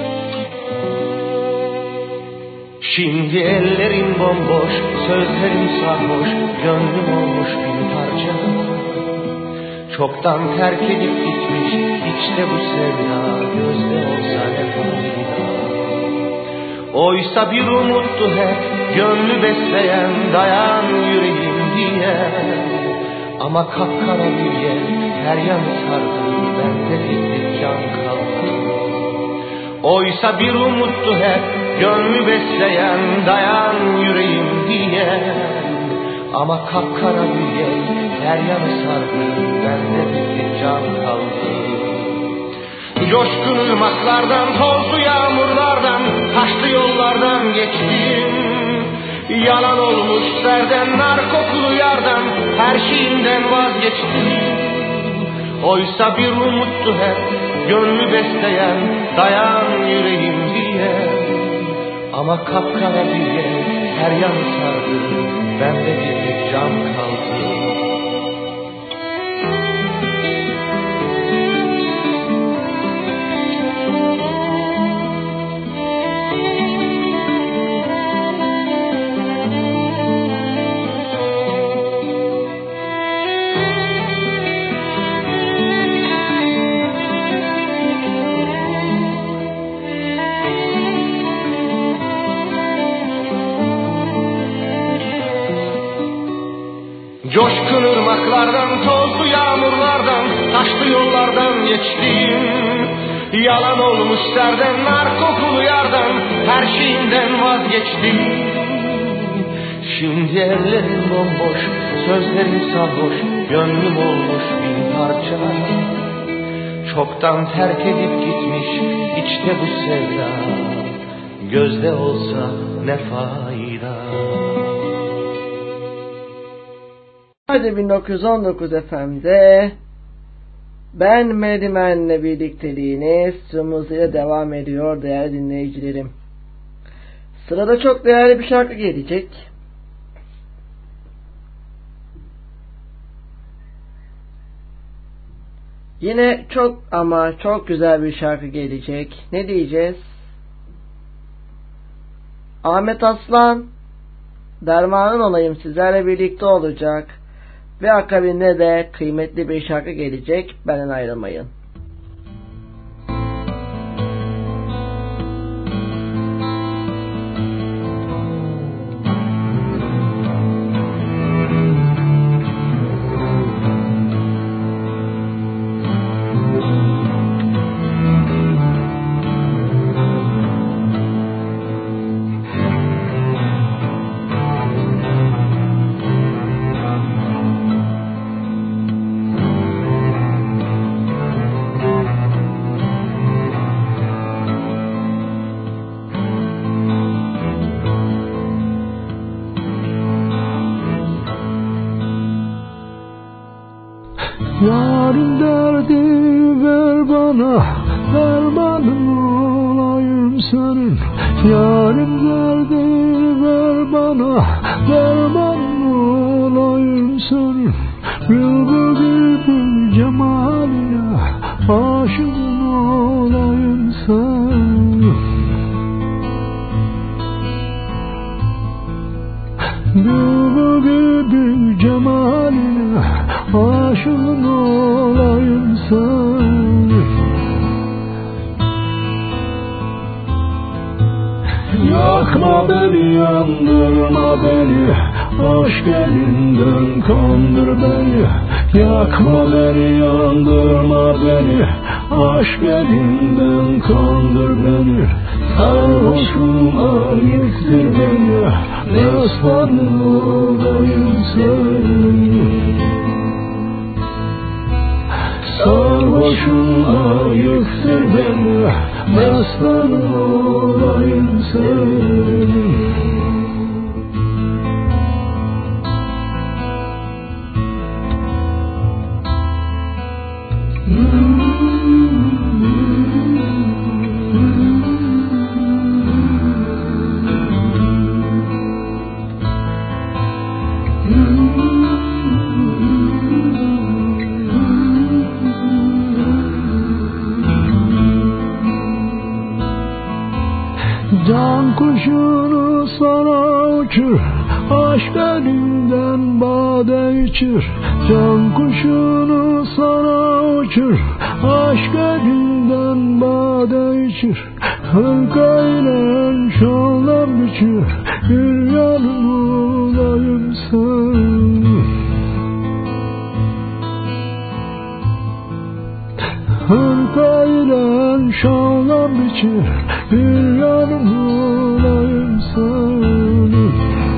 Şimdi ellerin bomboş, sözlerin sarhoş, gönlüm olmuş bir parça. Çoktan terk edip gitmiş, içte bu sevda, gözde olsa ne fayda. Oysa bir umuttu hep, gönlü besleyen, dayan yüreğim diyen. Ama kapkara bir yer, her yanı sardı, bende bir can kaldı. Oysa bir umuttu hep, gönlü besleyen, dayan yüreğim diyen. Ama kapkara bir yer, her yanı sardı, bende bir can kaldı. Coşkun ırmaklardan, tozlu yağmurlardan, taşlı yollardan geçtim. Yalan olmuş serden, nar kokulu yardan, her şeyimden vazgeçtim. Oysa bir umuttu hep, gönlü besleyen, dayan yüreğim diyen. Ama kapkara bir yer, her yanı sardı, bende bir can kaldı. Coşkun ırmaklardan, tozlu yağmurlardan, taşlı yollardan geçtim. Yalan olmuş serden, nar kokulu yardan, her şeyimden vazgeçtim. Şimdi ellerim bomboş, sözlerim sarhoş, gönlüm olmuş bin parça. Çoktan terk edip gitmiş, içte bu sevda, gözde olsa ne fayda. Hadi bin dokuz yüz on dokuz F M'de Ben Medimen'le birlikteliğiniz tüm hızıyla devam ediyor değerli dinleyicilerim. Sırada çok değerli bir şarkı gelecek. Yine çok ama çok güzel bir şarkı gelecek. Ne diyeceğiz? Ahmet Aslan, dermanın olayım sizlerle birlikte olacak. Ve akabinde de kıymetli bir şarkı gelecek. Benden ayrılmayın. Yarın derdi ver bana, dermanın olayım senin. Yarın derdi ver bana, dermanın olayım senin. Bülbül gibi cemaline, aşığın olayım senin. Bülbül gibi cemaline, aşığın olayım sen. Yakma beni, yandırma beni, aşk elinden kandır beni. Yakma beni, yandırma beni, aşk elinden kandır beni. Sarhoşum ayıktır beni, meslanın olayım senin. Sarhoşum ayıktır beni, meslanın olayım senin. Can kuşunu sana uçur, aşk elinden bade içir. Can kuşunu sana uçur, aşk elinden bade içir. Hırkayla şanlar biçir, bir yanım olayım sen. Hırkayla şanlar biçir, bir yanım olayım sen.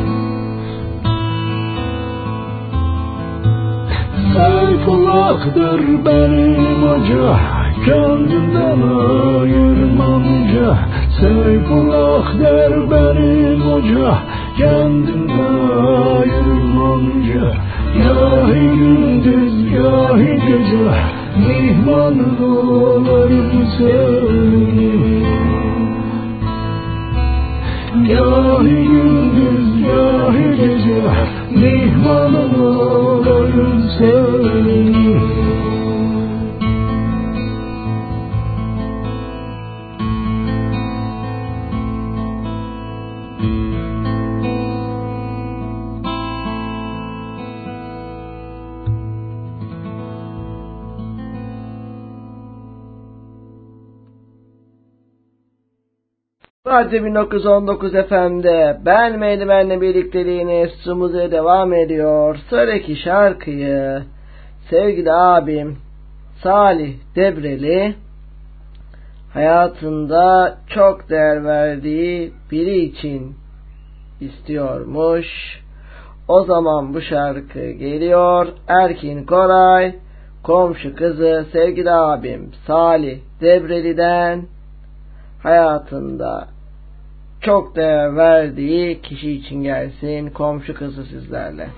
Seyfullah'tır benim hoca, kendimden ayırmamışa. Seyfullah'tır benim hoca, kendimden ayırmamışa. Yahi gündüz yahi gece, mihmanın olayım senin. Yahi gündüz yahi gece, mihmanın olayım senin. Radyo bin dokuz yüz on dokuz F M'de Ben Meylimen'le birlikteliğiniz sunmaya devam ediyor. Sıradaki şarkıyı sevgili abim Salih Debreli hayatında çok değer verdiği biri için istiyormuş. O zaman bu şarkı geliyor. Erkin Koray, komşu kızı sevgili abim Salih Debreli'den hayatında çok değer verdiği kişi için gelsin. Komşu kızı sizlerle.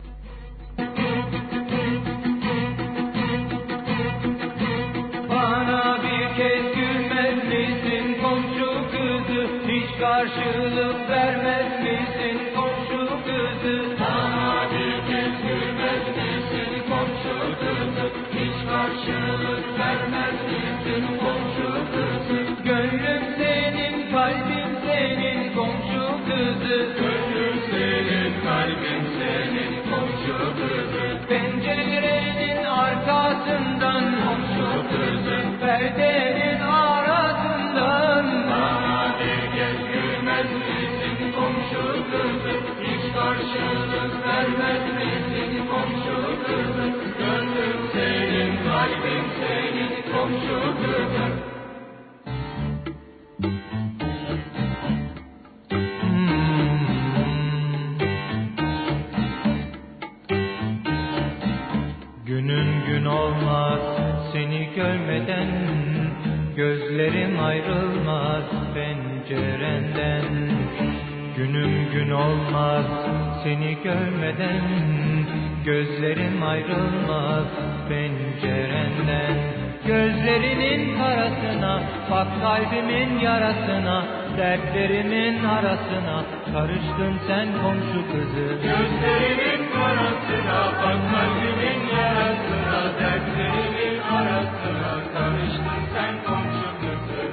Bana bir kez gülmez misin komşu kızı? Hiç karşılık vermez misin komşu kızı? Bana bir kez gülmez misin komşu kızı? Hiç karşılık vermez misin komşu kızı? Gönlüm senin, kalbim senin komşu kızı. Gönlüm senin, kalbim senin komşu kızı. Pencerenin arkasından komşu kızı, perdenin arasından bana bir kez gülmez misin komşu kızı? Hiç karşılık vermez misin komşu kızı? Gönlüm senin, kalbim senin komşu kızı. Günün gün olmaz seni görmeden, gözlerim ayrılmaz pencerenden. Günüm gün olmaz seni görmeden, gözlerim ayrılmaz pencerenden. Gözlerinin karasına, bak kalbimin yarasına, dertlerimin arasına karıştın sen komşu kızı. Gözlerimin karasına, bak kalbimin yarasına, dertlerimin arasına karıştın sen komşu kızı.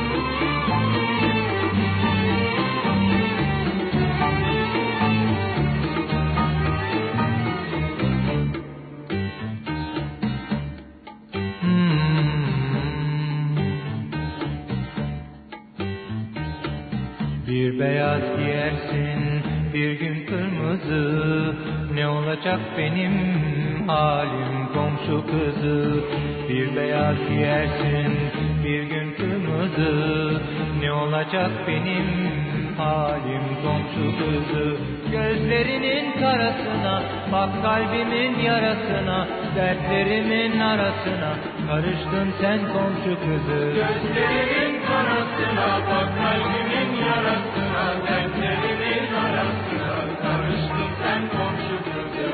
Bir beyaz giyersin, bir gün kırmızı. Ne olacak benim halim komşu kızı? Bir beyaz giyersin, bir gün kırmızı. Ne olacak benim halim komşu kızı? Gözlerinin karasına, bak kalbimin yarasına, dertlerimin arasına karıştın sen komşu kızı. Gözlerimin karasına, bak kalbimin yarasına, dertlerimin arasına karıştın sen komşu kızı.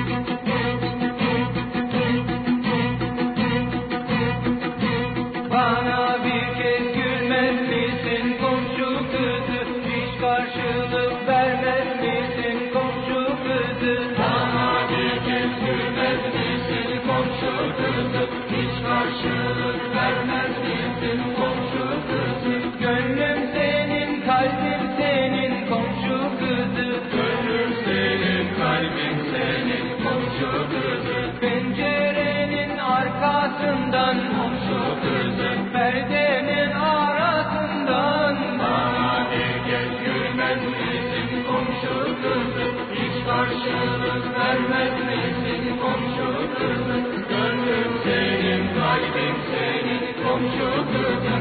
Bana bir kez gülmez misin komşu kızı? Hiç karşılık vermez misin komşu kızı? Bana bir kez gülmez misin komşu kızı? Hiç karşılık vermez misin komşu kızı? Gönlüm senin, kalbim senin komşu kızı. Gönlüm senin, kalbim senin komşu kızı. Pencerenin arkasından komşu kızı, perdenin arasından bana bir kez gülmez misin komşu kızı? Hiç karşılık vermez misin komşu kızı? Gönlüm senin, kalbim senin komşu kızı.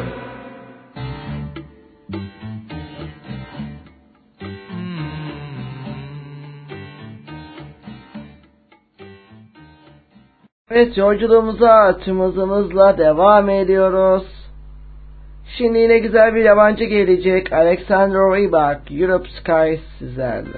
Evet, yolculuğumuza tüm hızımızla devam ediyoruz. Şimdi yine güzel bir yabancı gelecek. Alexander Rybak, Europe Skies sizlerle.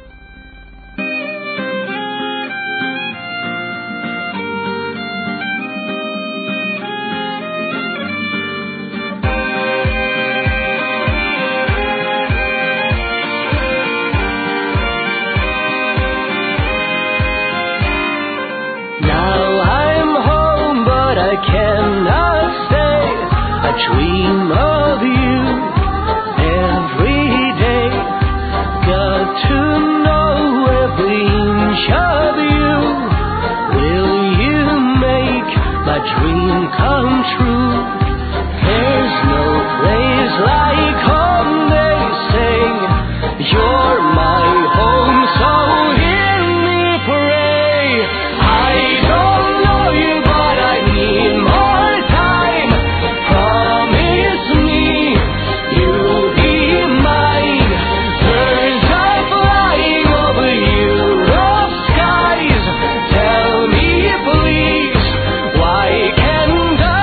I cannot stay. I dream of you every day. Got to know every inch of you. Will you make my dream come true? There's no place like home, they say. You're my home, so hear me pray. I don't know you, but I need more time. Promise me you'll be mine. Birds are flying over Europe's skies. Tell me please, why can't I?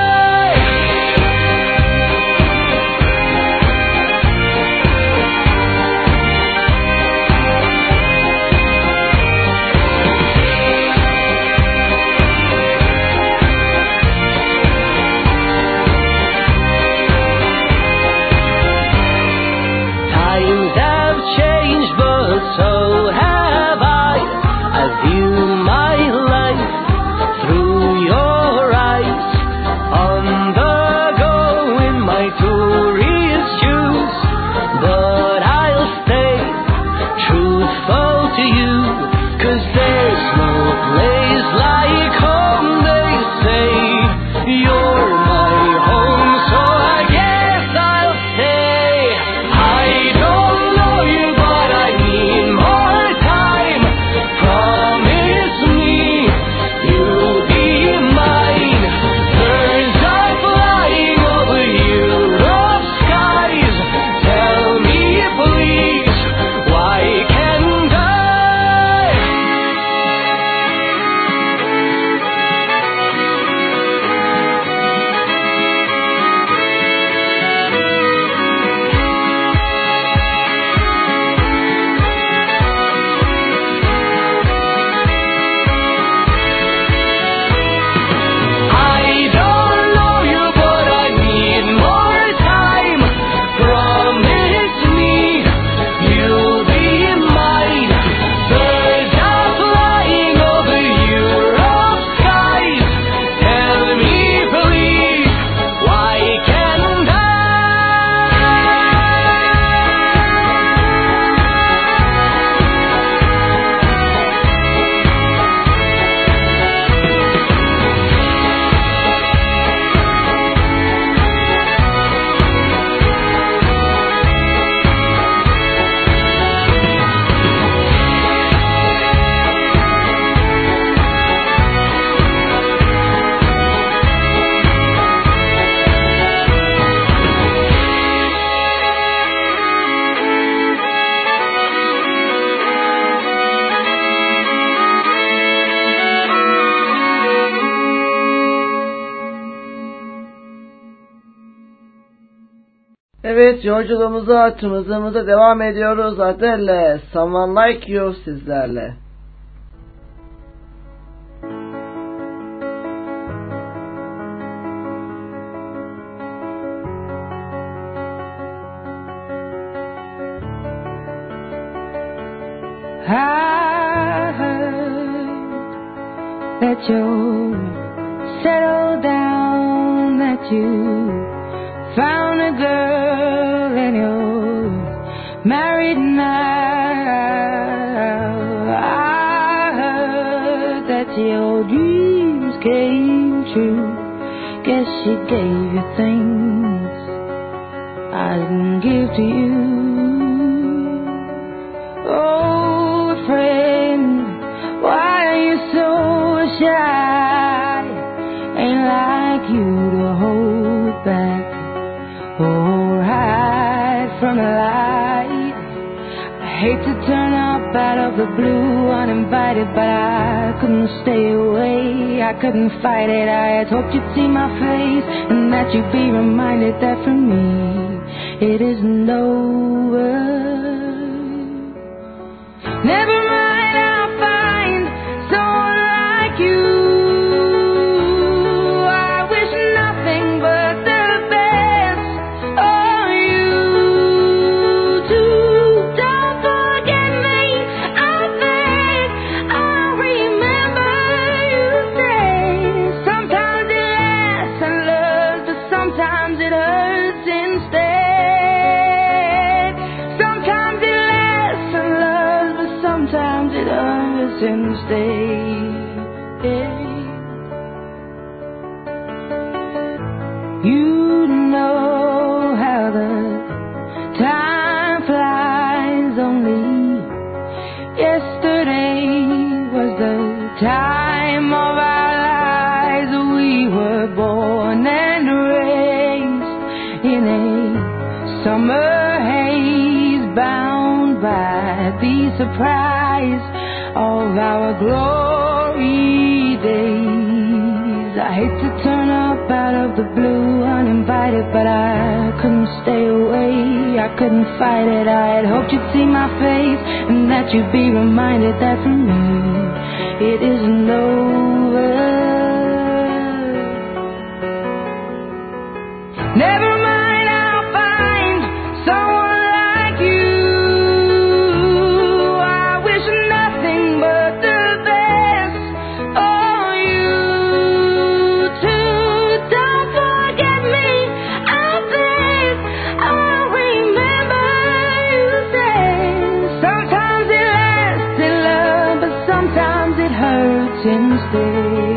Times have changed, but so have I. I view my life through your eyes. On the go in my tourist shoes, but I'll stay truthful to you. 'Cause there's no place like home, they say. You're my home, so I guess I'll stay. I don't know you, but I need more time. Promise me you'll be mine. Birds are flying over Europe's skies. Tell me please, why can't I? I don't know you, but I need more time. Promise me you'll be mine. Birds are flying over Europe's skies. Tell me please, why can't I? Evet, yolculuğumuza tüm hızımıza devam ediyoruz. Adele, Someone Like You sizlerle. that you settled down, that you found a girl and you're married now. I heard that your dreams came true. Guess she gave you things I didn't give to you. Oh, friend, why are you so shy? Ain't like you to hold back or hide from the light. I hate to turn up out of the blue uninvited, but I couldn't stay away. I couldn't fight it. I had hoped you'd see my face and that you'd be reminded that for me it isn't over. Never mind, I'll find someone like you. I wish nothing but the best for you too. Don't forget me, I beg. I remember you say sometimes it lasts and loves, but sometimes it hurts instead. Sometimes it lasts and loves, but sometimes it hurts instead. You know how the time flies. Only yesterday was the time of our lives. We were born and raised in a summer haze, bound by the surprise of our glory days. I hate to turn up out of the blue uninvited, but I couldn't stay away. I couldn't fight it. I had hoped you'd see my face and that you'd be reminded that for me it isn't over. Never mind, I'll find someone like you. I wish nothing but the best for you too. Don't forget me, I beg. I remember you saying sometimes it lasts in love, but sometimes it hurts instead.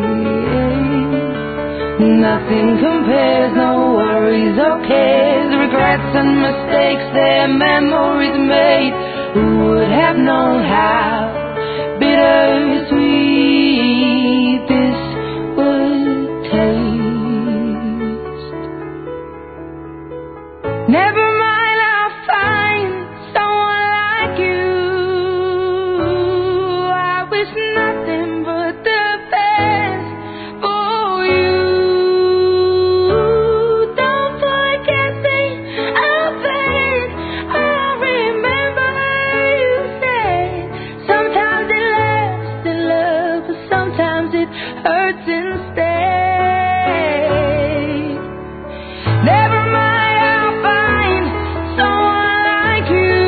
Nothing compares, no worries or cares, regrets and mistakes, their memories made. Who would have known how bittersweet this would taste? Never mind, I'll find someone like you. I wish nothing but the best for you. Don't forget me, I beg. I remember you said sometimes it lasts in love, but sometimes it hurts instead. Never mind, I'll find someone like you.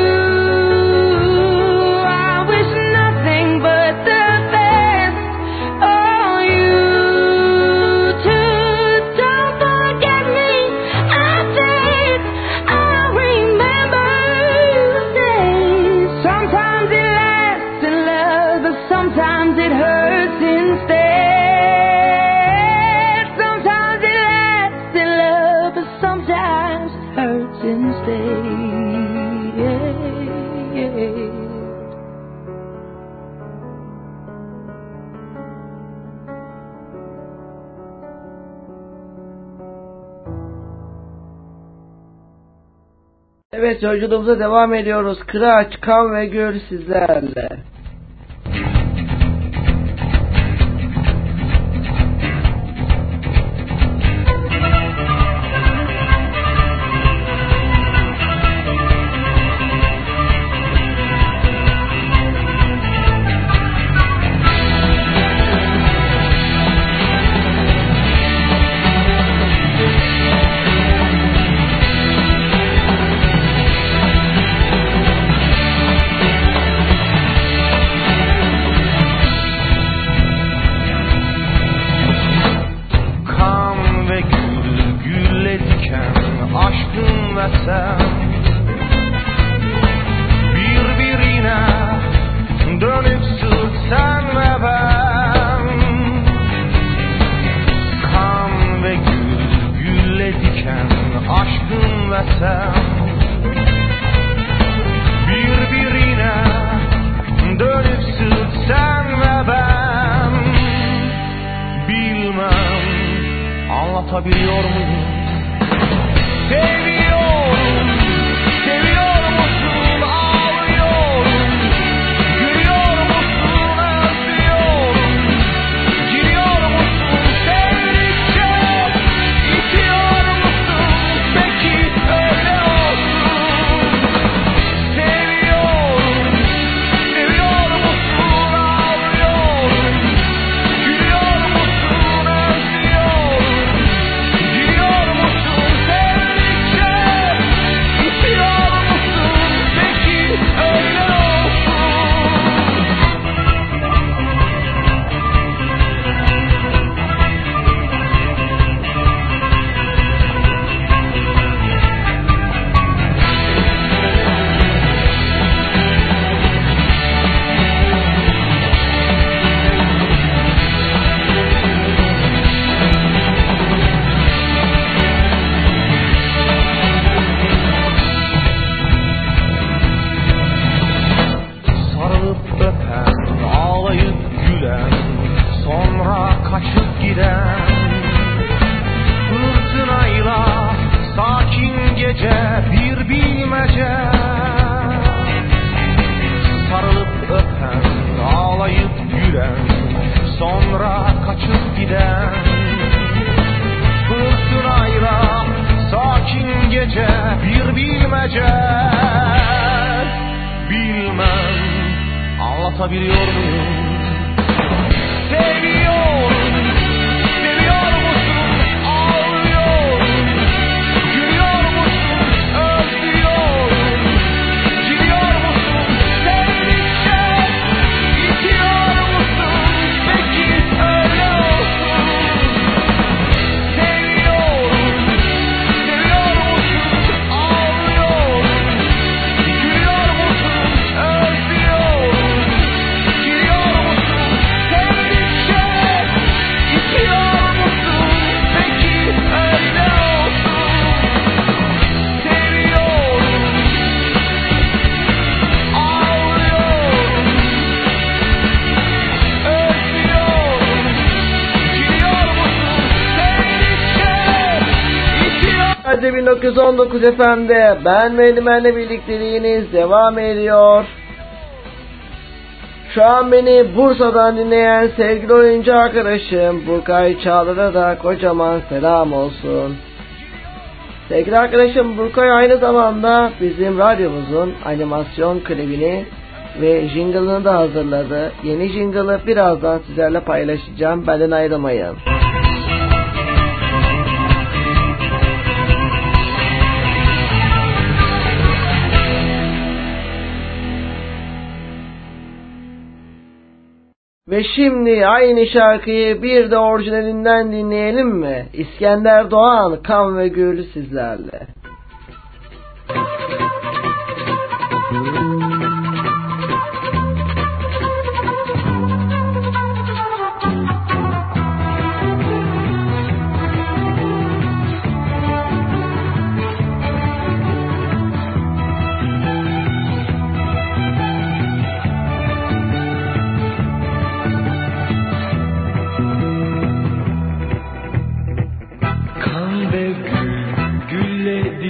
I wish nothing but the best for you too. Don't forget me, I beg. I remember you say sometimes it lasts in love, but sometimes it hurts instead. Sometimes it lasts in love, but sometimes it hurts instead. Evet, yolculuğumuza devam ediyoruz. Kıraç, Kan ve Gül sizlerle. Never Anlatabiliyor muyum? Seviyorum, seviyor musun? Ağlıyorum, gülüyor musun? Özlüyorum, giriyor musun? Sevdikçe itiyor musun? Peki öyle olsun. Seviyorum, seviyor musun? Ağlıyorum, gülüyor musun? Özlüyorum, giriyor musun? Sevdikçe itiyor musun? Peki öyle olsun. Sarılıp öpen, ağlayıp gülen, sonra kaçıp giden, fırtınayla sakin gece bir bilmece. Sarılıp öpen, ağlayıp gülen, sonra kaçıp giden, fırtınayla sakin gece bir bilmece. Bilmem anlatabiliyor muyum? Seviyorum, seviyor musun? Ağlıyorum, gülüyor musun? Özlüyorum, giriyor musun? Sevdikçe itiyor musun? Peki öyle olsun. Seviyorum, seviyor musun? Ağlıyorum, gülüyor musun? Özlüyorum, giriyor musun? Sevdikçe itiyor musun? Peki öyle olsun. Seviyorum, ağlıyorum, özlüyorum, giriyor musun? Sevdikçe itiyor. Radyo bin dokuz yüz on dokuz F M'de ben ve Elimen'le birlikteliğiniz devam ediyor. Şu an beni Bursa'dan dinleyen sevgili oyuncu arkadaşım Burkay Çağlar'a da kocaman selam olsun. Sevgili arkadaşım Burkay aynı zamanda bizim radyomuzun animasyon klibini ve jingle'ını da hazırladı. Yeni jingle'ı birazdan sizlerle paylaşacağım. Benden ayrılmayın. Ve şimdi aynı şarkıyı bir de orijinalinden dinleyelim mi? İskender Doğan, Kan ve Gül sizlerle. Kan ve gül, gülle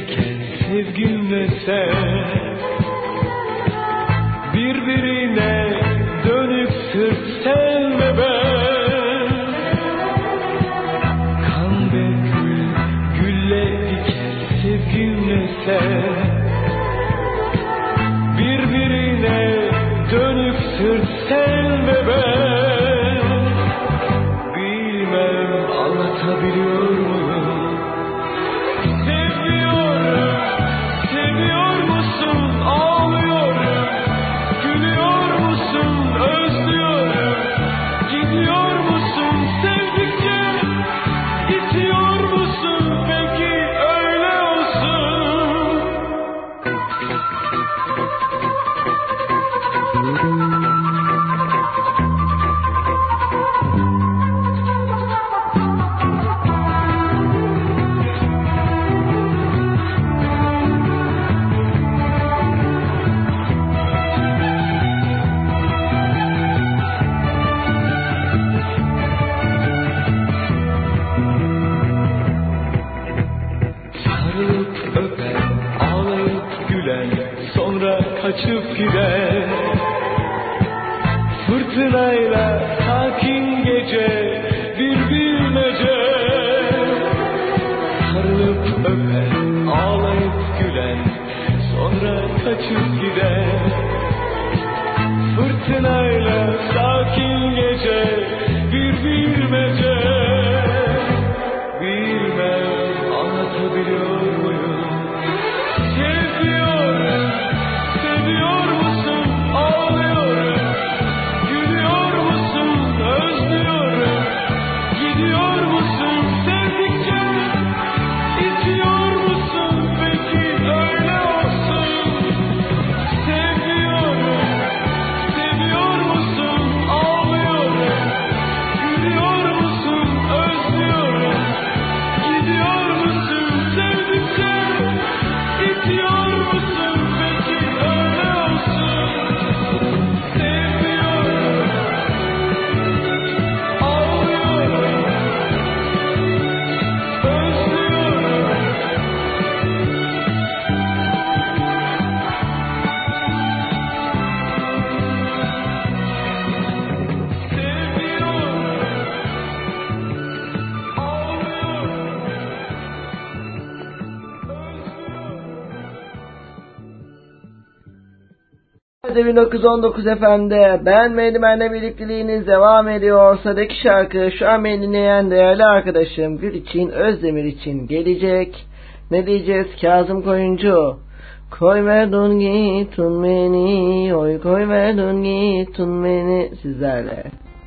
bin dokuz yüz on dokuz efendi. Ben Meylimen'le birlikteliğiniz devam ediyor. Sıradaki şarkı şu an beni dinleyen değerli arkadaşım Gül için, Özdemir için gelecek. Ne diyeceğiz? Kazım Koyuncu. Koy verdun gitun beni, oy koy verdun gitun beni sizlerle.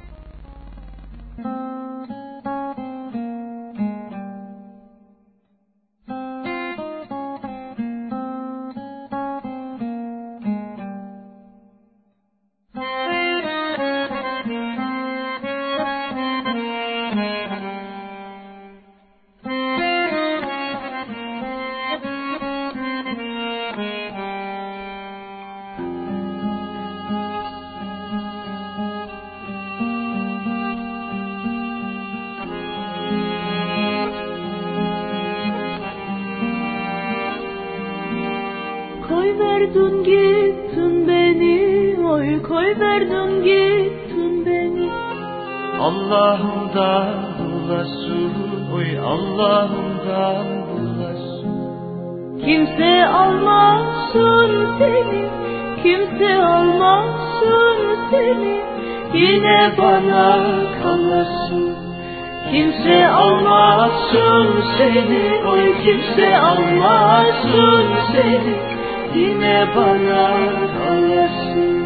Allah'ımdan bulasın, oy Allah'ımdan bulasın. Kimse almasın seni, kimse almasın seni, yine bana kalasın. Kimse almasın seni, oy kimse almasın seni, yine bana kalasın.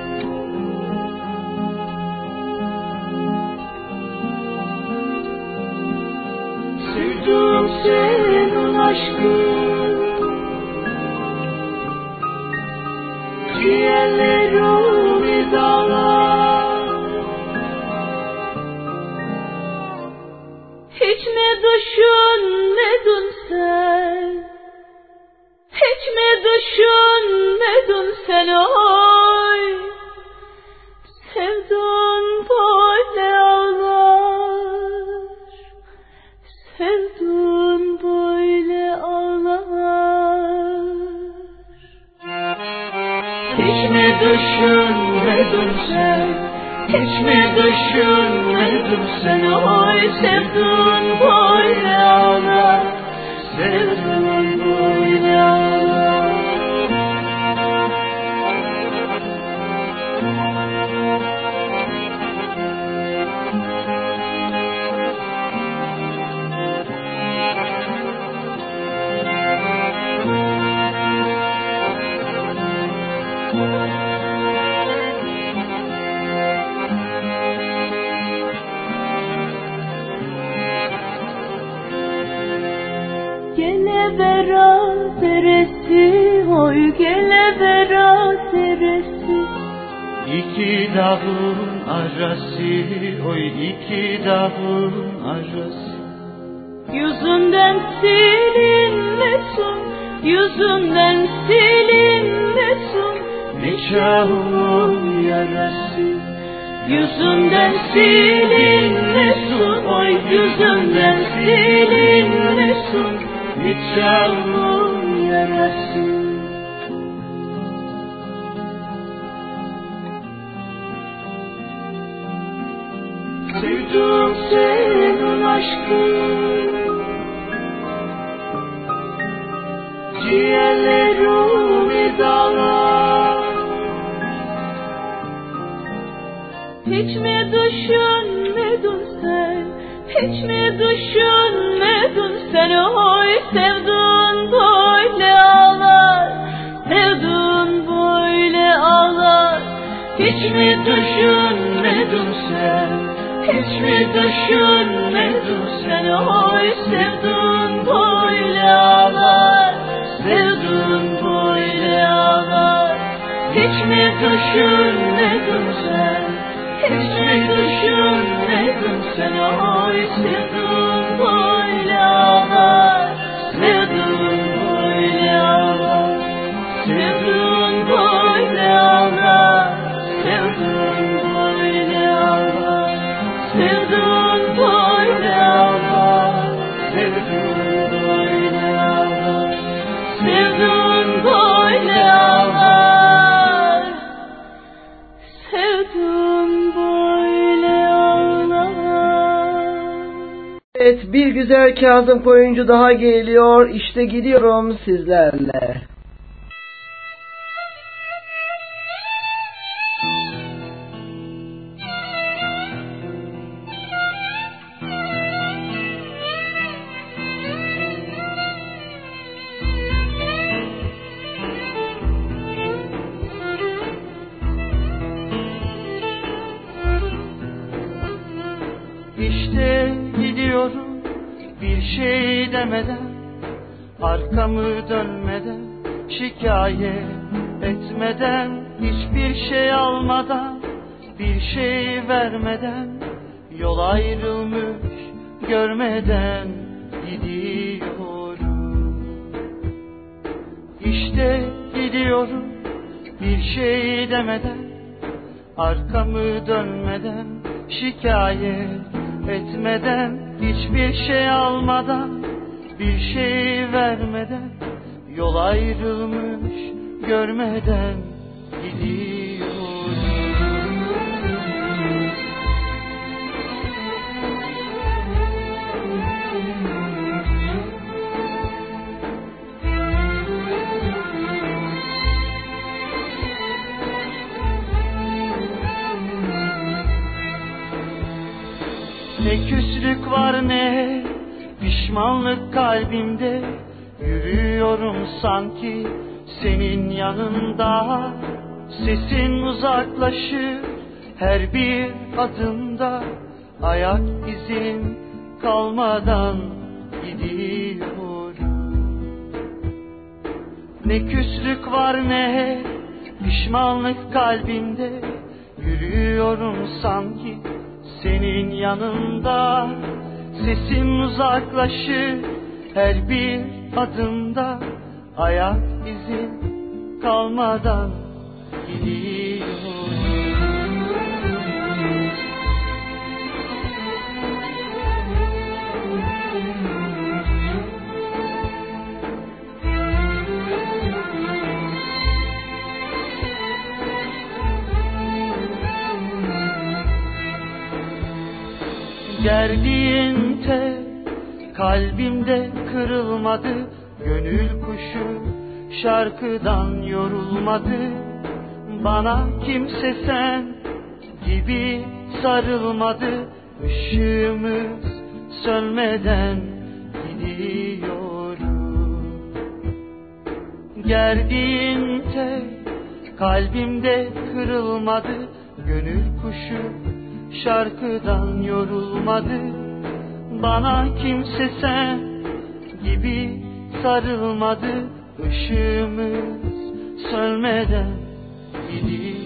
Sevdim senin aşkın, ciğerlerimi dağlar. Hiç mi düşünmedin sen, hiç mi düşünmedin sen oy, sevdin böyle ağlar, sevdin böyle ağlar. Hiç mi düşünmedin sen, hiç mi düşünmedin sen oy, sevdin böyle ağlar, sevdin böyle ağlar. Gelevera deresi, oy gelevera deresi. İki dağın arası, oy iki dağın arası. Yüzünden silinmesin, yüzünden silinmesin nikahımın yarası. Yüzünden silinmesin, oy yüzünden silinmesin nikahımın yarası. Sevdim senin aşkın, ciğerlerimi dağlar. Hiç mi düşünmedin sen, hiç mi düşünmedin sen oy, sevdin böyle ağlar, sevdin böyle ağlar. Hiç mi düşünmedin sen, hiç mi düşünmedin sen oy, sevdin böyle ağlar, sevdin böyle ağlar. Hiç mi düşünmedin sen, hiç mi düşünmedin sen oy, sevdin böyle ağlar, sevdin böyle ağlar, sevdin böyle ağlar, sevdin böyle ağlar, sevdin böyle ağlar, sevdin böyle ağlar, sevdin böyle ağlar, sevdin böyle ağlar. Evet, bir güzel Kazım Koyuncu daha geliyor. İşte gidiyorum sizlerle. İşte gidiyorum bir şey demeden, arkamı dönmeden, şikayet etmeden, hiçbir şey almadan, bir şey vermeden, yol ayrılmış görmeden gidiyorum. İşte gidiyorum bir şey demeden, arkamı dönmeden, şikayet etmeden, hiçbir şey almadan, bir şey vermeden, yol ayrılmış görmeden gidiyorum. Ne küslük var ne pişmanlık kalbimde, yürüyorum sanki senin yanında. Sesin uzaklaşır her bir adımda, ayak izin kalmadan gidiyorum. Ne küslük var ne pişmanlık kalbimde, yürüyorum sanki senin yanında. Sesin uzaklaşır her bir adımda, ayak izin kalmadan gidiyorum. Gerdiğin tel kalbimde kırılmadı, gönül kuşu şarkıdan yorulmadı. Bana kimse sen gibi sarılmadı, ışığımız sönmeden gidiyorum. Gerdiğin tel kalbimde kırılmadı, gönül kuşu şarkıdan yorulmadı. Bana kimse sen gibi sarılmadı, ışığımız sönmeden gidiyor.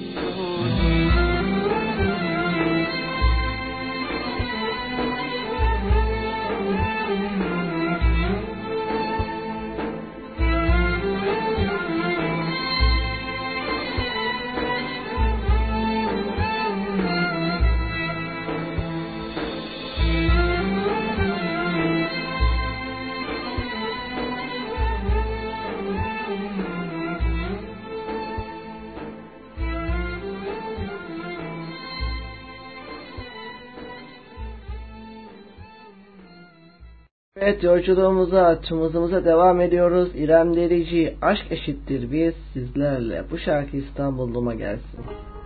Evet, yolculuğumuza, tımızımıza devam ediyoruz. İrem Derici, Aşk Eşittir Biz sizlerle. Bu şarkı İstanbul'uma gelsin.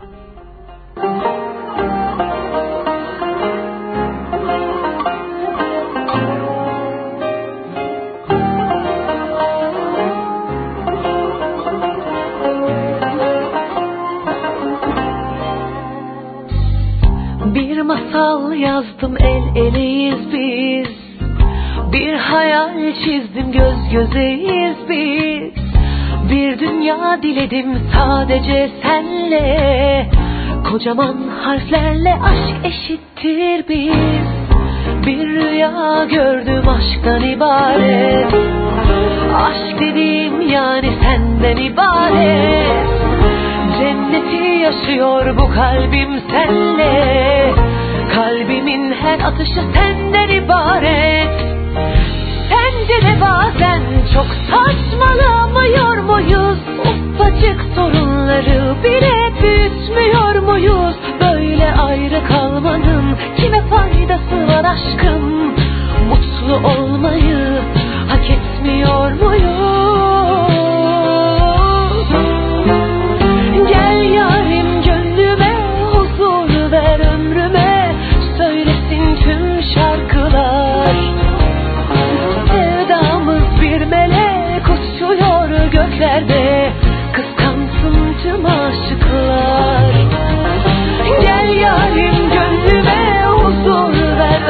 Bir masal yazdım, el eleyiz biz. Bir hayal çizdim, göz gözeyiz biz. Bir dünya diledim sadece senle. Kocaman harflerle aşk eşittir biz. Bir rüya gördüm aşktan ibaret. Aşk dediğim yani senden ibaret. Cenneti yaşıyor bu kalbim senle. Kalbimin her atışı senden ibaret. Sence de bazen çok saçmalamıyor muyuz? Ufacık sorunları bile büyütmüyor muyuz? Böyle ayrı kalmanın kime faydası var aşkım? Mutlu olmayı hak etmiyor muyuz? Gel yarim gönlüme, huzur ver ömrüme, söylesin tüm şarkılar. Sevdamız bir melek uçuyor göklerde, kıskansın tüm aşıklar. Gel yarim gönlüme, huzur ver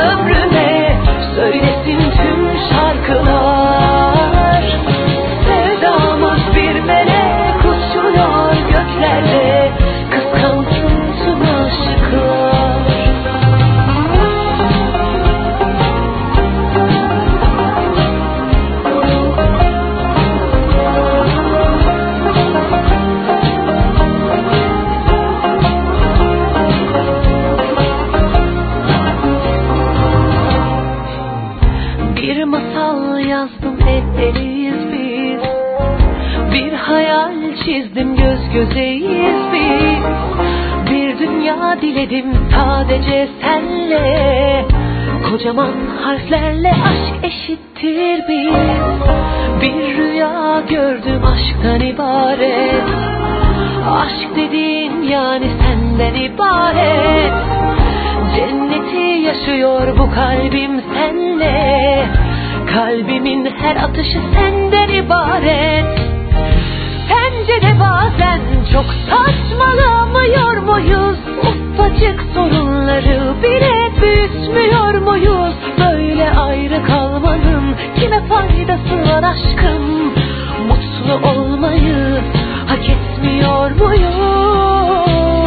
dedim sadece senle. Kocaman harflerle aşk eşittir biz. Bir rüya gördüm aşktan ibaret. Aşk dediğin yani senden ibaret. Cenneti yaşıyor bu kalbim senle. Kalbimin her atışı senden ibaret. Sence de bazen çok saçmalamıyor muyuz? Ufacık sorunları bile büyütmüyor muyuz? Böyle ayrı kalmanın kime faydası var aşkım? Mutlu olmayı hak etmiyor muyuz?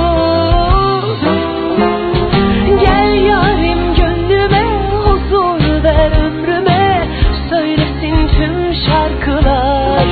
Gel yarim gönlüme huzur ver ömrüme. Söylesin tüm şarkılar.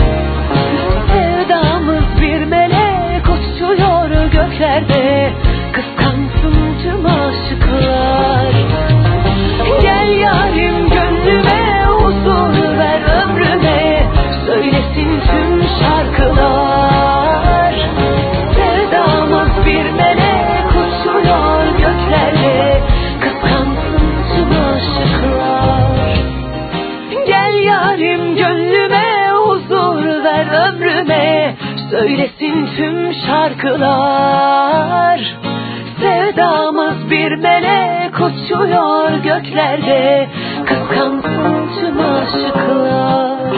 Sevdamız bir melek uçuyor göklerde. Kıskansın tüm aşıklar. Gel yarim gönlüme huzur ver ömrüme. Söylesin tüm şarkılar. Sevdamız bir melek uçuyor göklerde. Kıskansın tüm aşıklar. Gel yarim gönlüme huzur ver ömrüme. Söylesin tüm şarkılar. Sevdamız bir melek uçuyor göklerde. Kıskansın tüm aşıklar.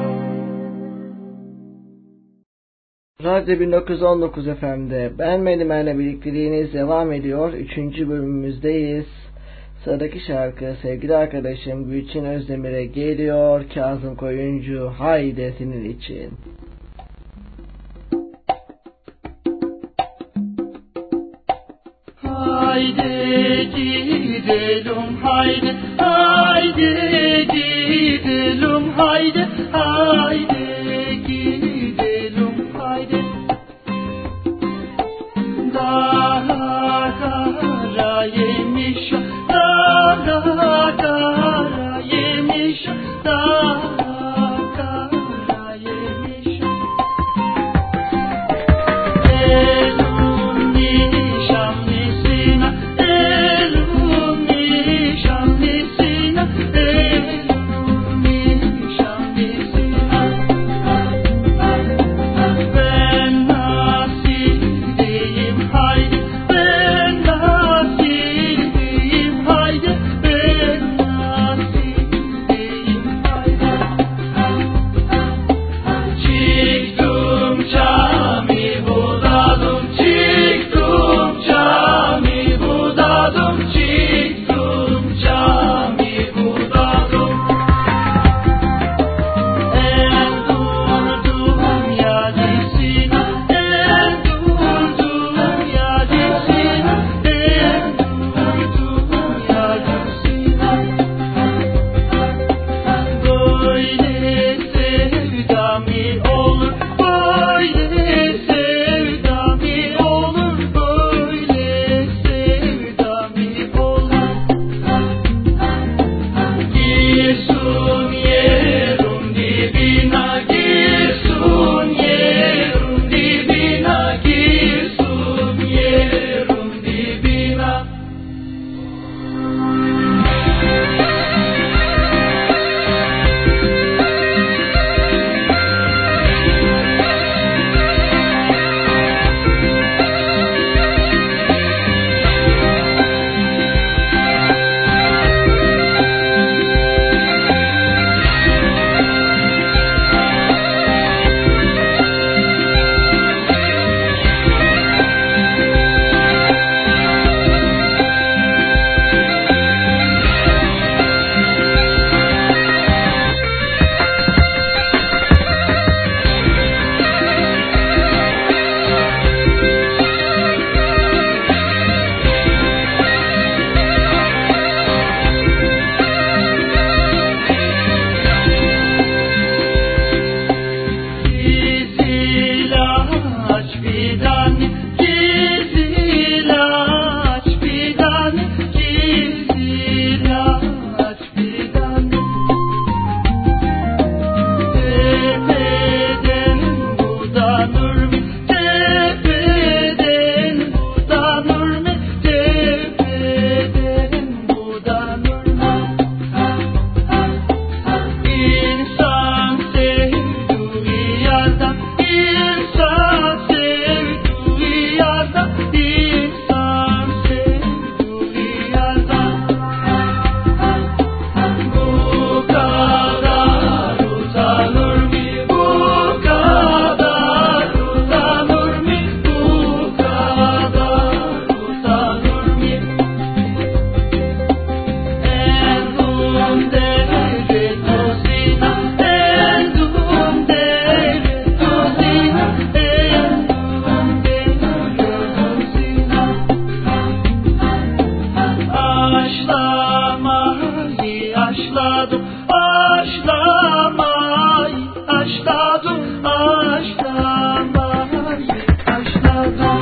Radyo bin dokuz yüz on dokuz F M'de Ben Medimen'le birlikteliğiniz devam ediyor. Üçüncü bölümümüzdeyiz. Sıradaki şarkı sevgili arkadaşım Gülçin Özdemir'e geliyor. Kazım Koyuncu, haydi senin için. Haydi gidelim haydi, haydi gidelim haydi, haydi gidelim haydi. Dara dara yemiş, dara dara yemiş, dara dara yemiş. Elun nişanlısına, elun nişanlısına, elun nişanlısına. Ben nasibiyim haydi, ben nasibiyim haydi, ben nasibiyim haydi. Çıktım cami budadım, çıktım cami budadım, çıktım cami budadım. En durdum yadisine, en durdum yadisine, en durdum yadisine. Böyle sevda mı olur, böyle sevda mı olur, böyle sevda mı olur? başladım Başlamayı Başladım Başlamayı Başladım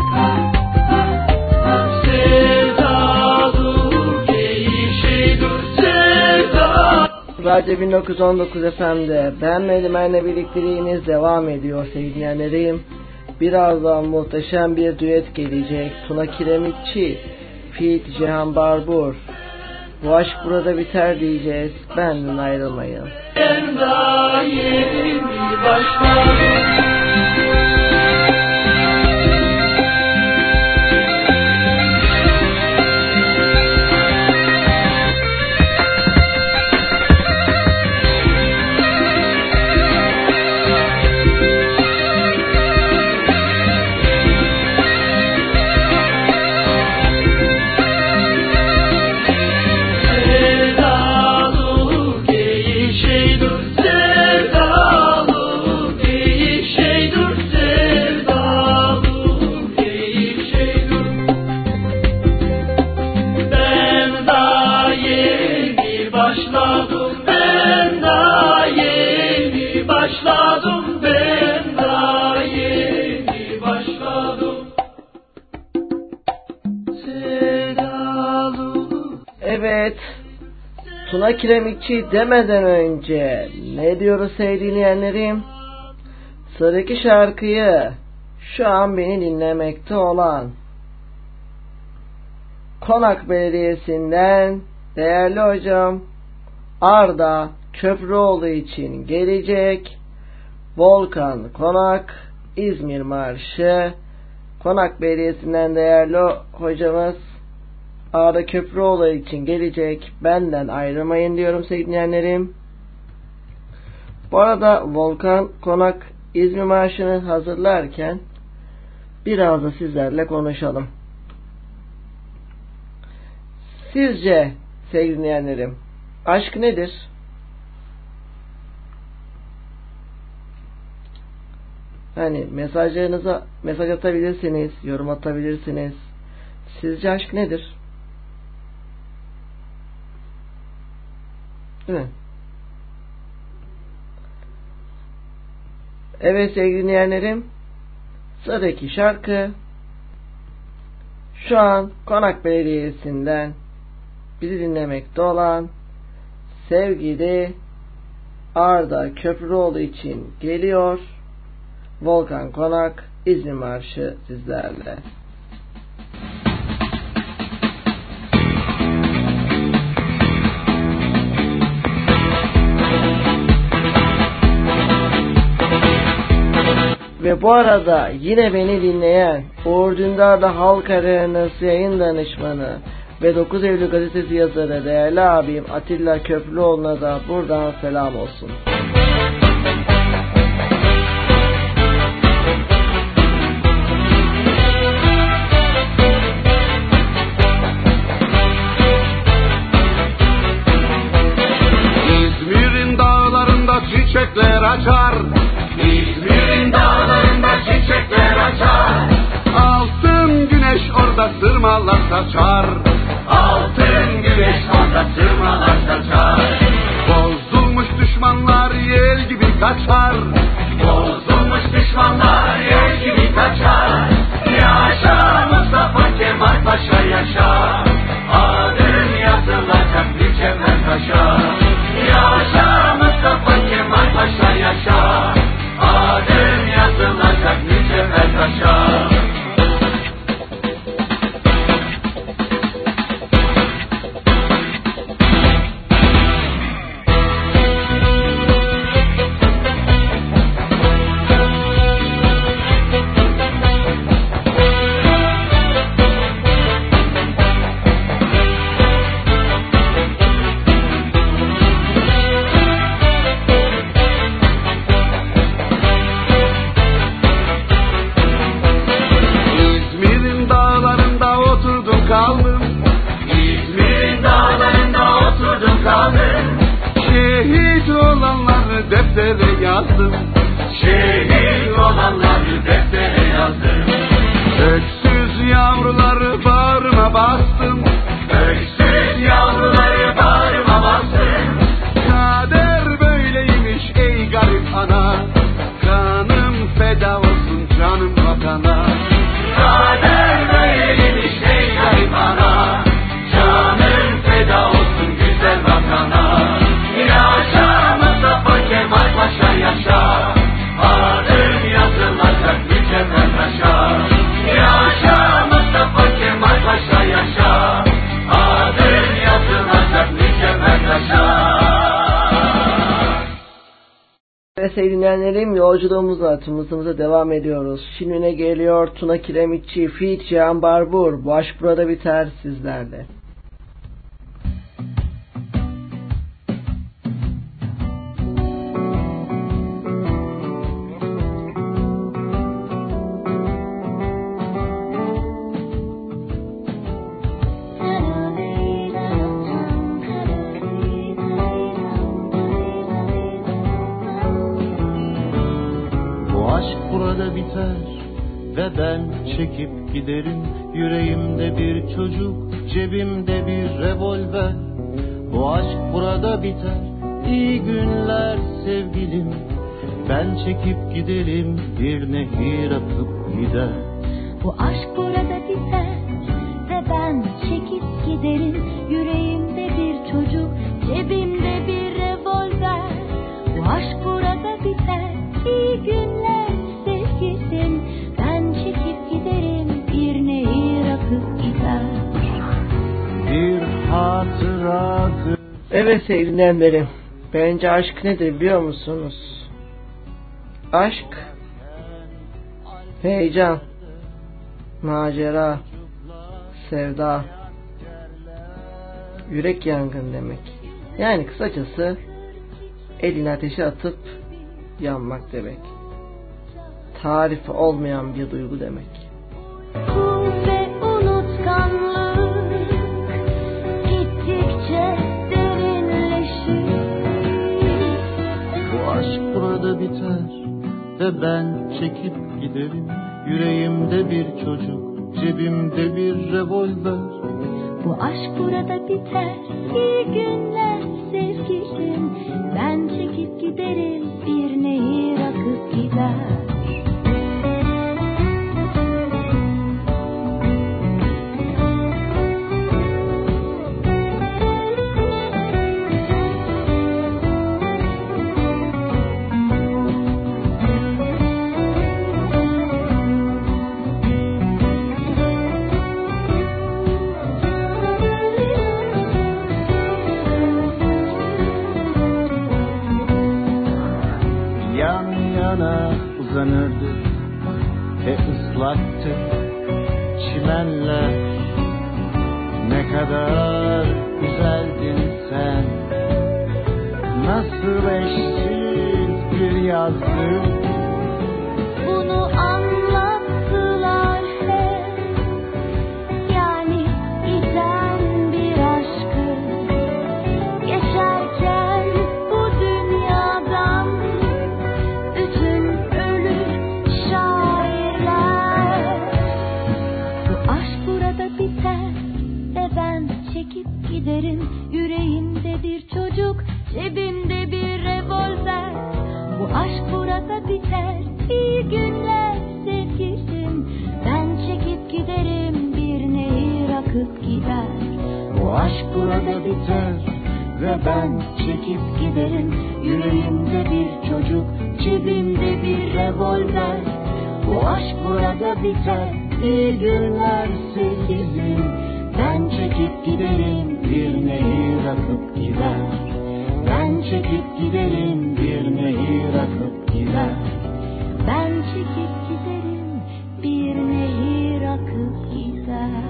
Sevdalı Değişiyor sevdalı. Radyo bin dokuz yüz on dokuz F M'de Ben Medimen'le birlikteliğiniz devam ediyor sevgili dinleyenlerim. Birazdan muhteşem bir düet gelecek. Tuna Kiremitçi, feat. Cihan Barbur. Bu aşk burada biter diyeceğiz. Benden ayrılmayın. Ben daha yeni başladım. Evet, Tuna Kiremitçi demeden önce ne diyoruz sevgili dinleyenlerim? Sıradaki şarkıyı şu an beni dinlemekte olan Konak Belediyesi'nden değerli hocam Arda Köprüoğlu için gelecek. Volkan Konak İzmir Marşı. Konak Belediyesi'nden değerli hocamız Arda Köprüoğlu için gelecek. Benden ayrılmayın diyorum sevgili dinleyenlerim. Bu arada Volkan Konak İzmir Marşı'nı hazırlarken biraz da sizlerle konuşalım. Sizce sevgili dinleyenlerim, aşk nedir? Hani mesajlarınıza mesaj atabilirsiniz, yorum atabilirsiniz. Sizce aşk nedir? Değil mi? Evet sevgili dinleyenlerim, sıradaki şarkı şu an Konak Belediyesi'nden bizi dinlemekte olan sevgili Arda Köprüoğlu için geliyor. Volkan Konak İzmir Marşı sizlerle. Ve bu arada yine beni dinleyen Uğur Dündar'da Halk Arenası yayın danışmanı ve dokuz Eylül gazetesi yazarı değerli abim Atilla Köprülüoğlu'na da buradan selam olsun. İzmir'in dağlarında çiçekler açar. İzmir'in dağlarında çiçekler açar. Altın güneş orada sırmalar saçar. Altın güneş orada sırmalar saçar. Bozulmuş düşmanlar yel gibi kaçar. Bozulmuş düşmanlar yel gibi kaçar. Yaşa Mustafa Kemal Paşa yaşa. Adın yazılacak mükemmel taşa. Yaşa Mustafa Kemal Paşa yaşa. Adın yazılacak mükemmel taşa. Deftere yazdım. Şehit olanları deftere yazdım. Öksüz yavruları bağrıma bastım. Öksüz yavruları bağrıma bastım. Sevgili dinleyenlerim, yolculuğumuza, tımızımıza devam ediyoruz. Şimdi ne geliyor? Tuna Kiremitçi, feat. Cihan Barbur. Bu aşk burada biter sizlerle. Ve ben çekip giderim. Yüreğimde bir çocuk, cebimde bir revolver. Bu aşk burada biter. İyi günler sevgilim. Ben çekip giderim, bir nehir akıp gider. Bu aşk burada biter ve ben çekip giderim. Yüreğimde bir çocuk, cebimde bir revolver. Bu aşk burada biter. İyi günler sevgilim. Ben çekip giderim, bir nehir akıp gider. Bir hatıradır. Evet sevgili dinleyenlerim, bence aşk nedir biliyor musunuz? Aşk, heyecan, macera, sevda, yürek yangın demek. Yani kısacası elini ateşe atıp yanmak demek. Tarifi olmayan bir duygu demek. Ve unutkanlık gittikçe derinleşir. Bu aşk burada biter ve ben çekip giderim. Yüreğimde bir çocuk, cebimde bir revolver. Bu aşk burada biter. İyi günler sevgilim. Ben çekip giderim, bir nehir akıp gider. Uzanırdık ve ıslaktı çimenler. Ne kadar güzeldin sen, nasıl eşsiz bir yazdı. Bunu anlattılar hep, yani giden bir aşkı. Geçerken bu dünyadan bütün giderim. Yüreğimde bir çocuk, cebimde bir revolver. Bu aşk burada biter. İyi günler sevgilim. Ben çekip giderim, bir nehir akıp gider. Bu aşk burada biter ve ben çekip giderim. Yüreğimde bir çocuk, cebimde bir revolver. Bu aşk burada biter. İyi günler sevgilim. Ben çekip giderim, bir nehir akıp gider. Ben çekip giderim, bir nehir akıp gider. Ben çekip giderim, bir nehir akıp gider.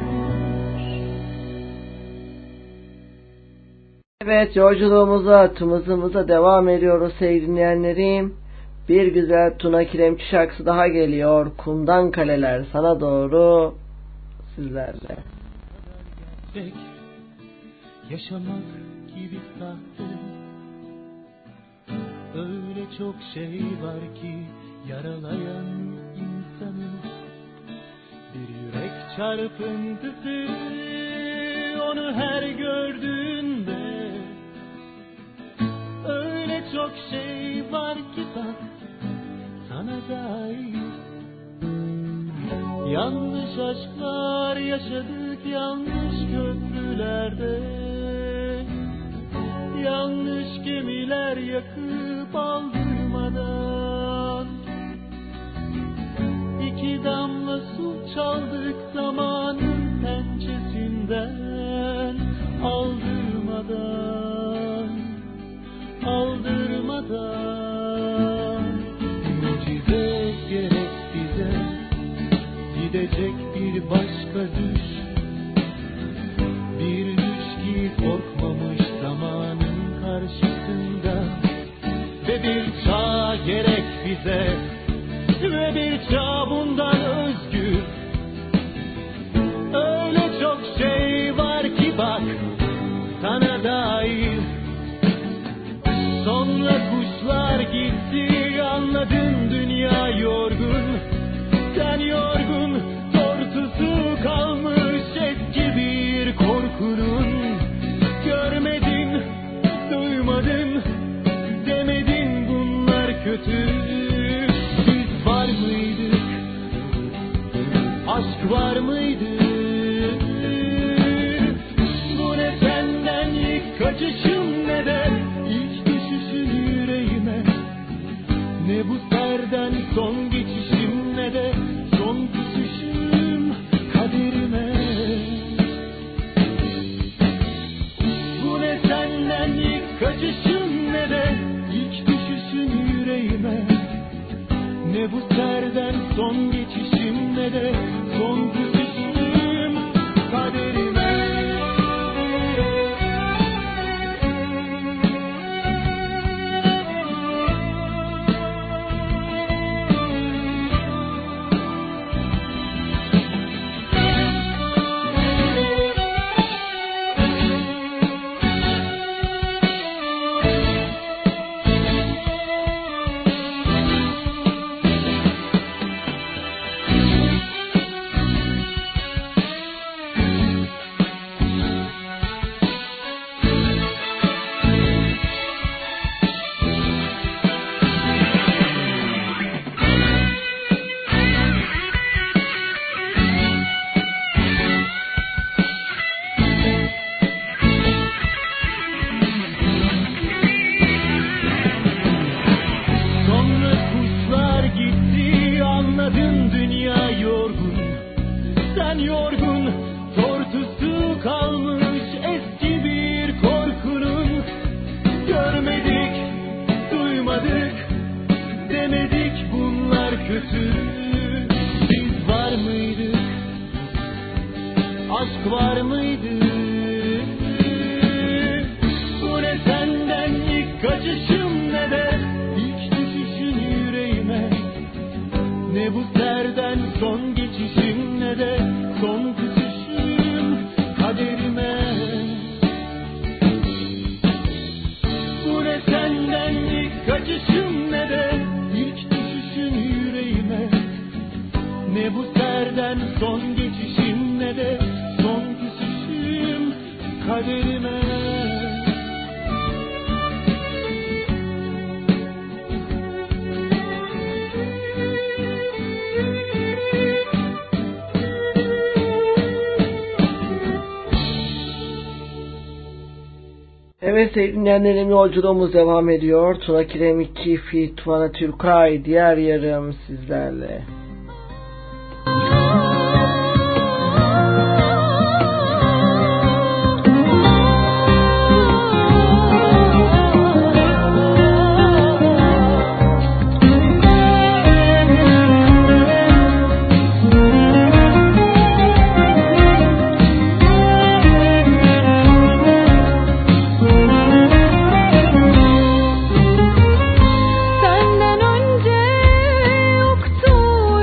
Evet, yolculuğumuza, tımızımıza devam ediyoruz sevgili dinleyenlerim. Bir güzel Tuna Kiremitçi şarkısı daha geliyor. Kumdan kaleler sana doğru sizlerle. Tek yaşamak gibi sahte, öyle çok şey var ki yaralayan insanı. Bir yürek çarpıntısı onu her gördüğünde. Öyle çok şey var ki bak sana dair. Yanlış aşklar yaşadık, yanlış köprülerde. Yanlış gemiler yakıp aldırmadan. İki damla su çaldık zamanın pençesinden. Aldırmadan, aldırmadan. denizde ve bir çağ bundan özgür. Öyle çok şey var ki bak sana dair. Sonra kuşlar gitti, anladın dünya yorgun. Sen yorgun, tortusu kalmış eski bir korkunun. Görmedin, duymadın, demedin bunlar kötü. Biz var mıydık, aşk var mıydı? Bu ne senden ilk kaçışım ne de ilk düşüşün yüreğime. Ne bu serden son geçişim ne de son küsüşüm kaderime. Bu ne senden ilk kaçışım ne de ilk düşüşün yüreğime. Ne bu serden son geçişim ne de son küsüşüm kaderime. Evet sevgili dinleyenlerim, yolculuğumuz devam ediyor. Tuna Kiremikçi Fit Tuana Türkay diğer yarım sizlerle. Senden önce yoktu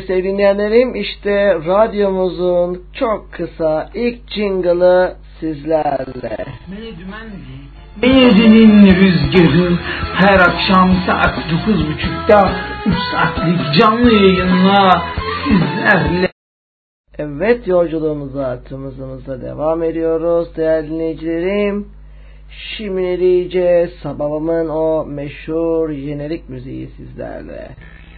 sevgili dinleyenlerim, işte radyomuzun çok kısa ilk jingle'ı sizlerle. Benzinin rüzgarı her akşam saat dokuz buçukta üç saatlik canlı yayınla sizlerle. Evet, yolculuğumuza tımızımıza devam ediyoruz değerli dinleyicilerim. Şimdi ne diyeceğiz? Babamın o meşhur jenerik müziği sizlerle.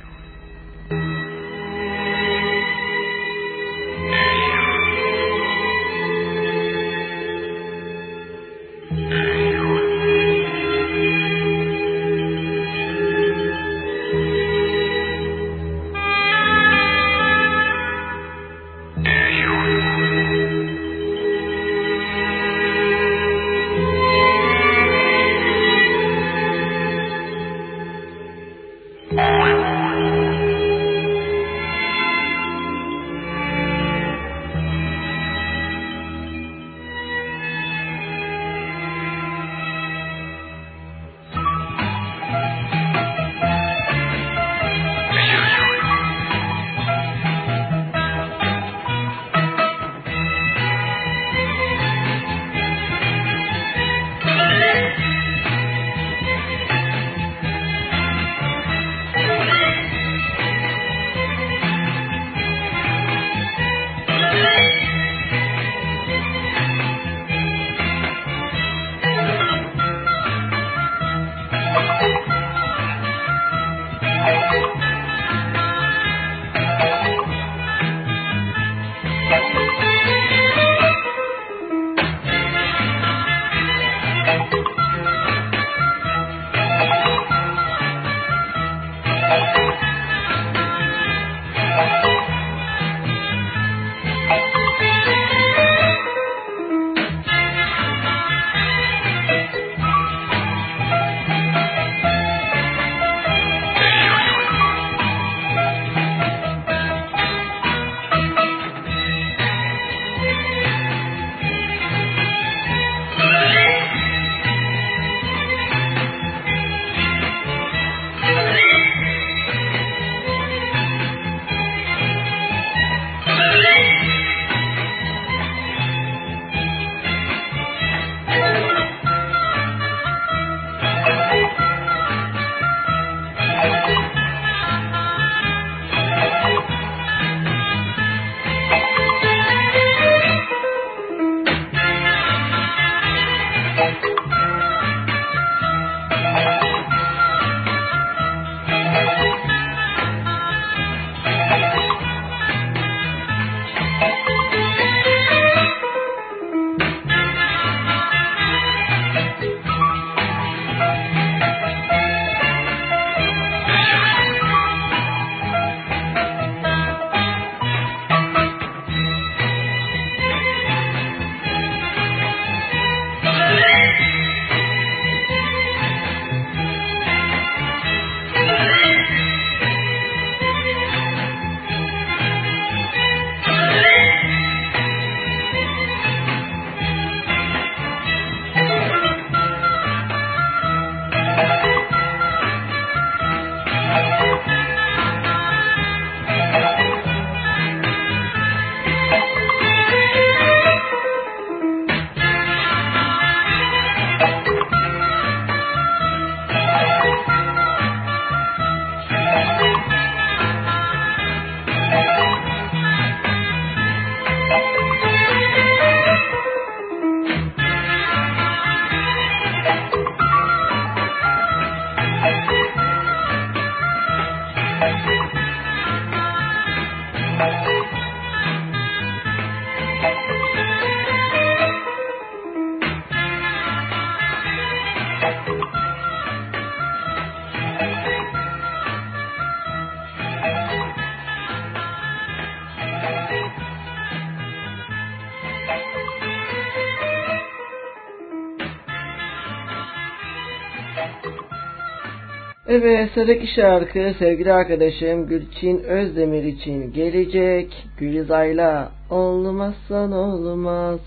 Evet, sıradaki şarkı sevgili arkadaşım Gülçin Özdemir için gelecek. Gülizay'la olmazsan olmaz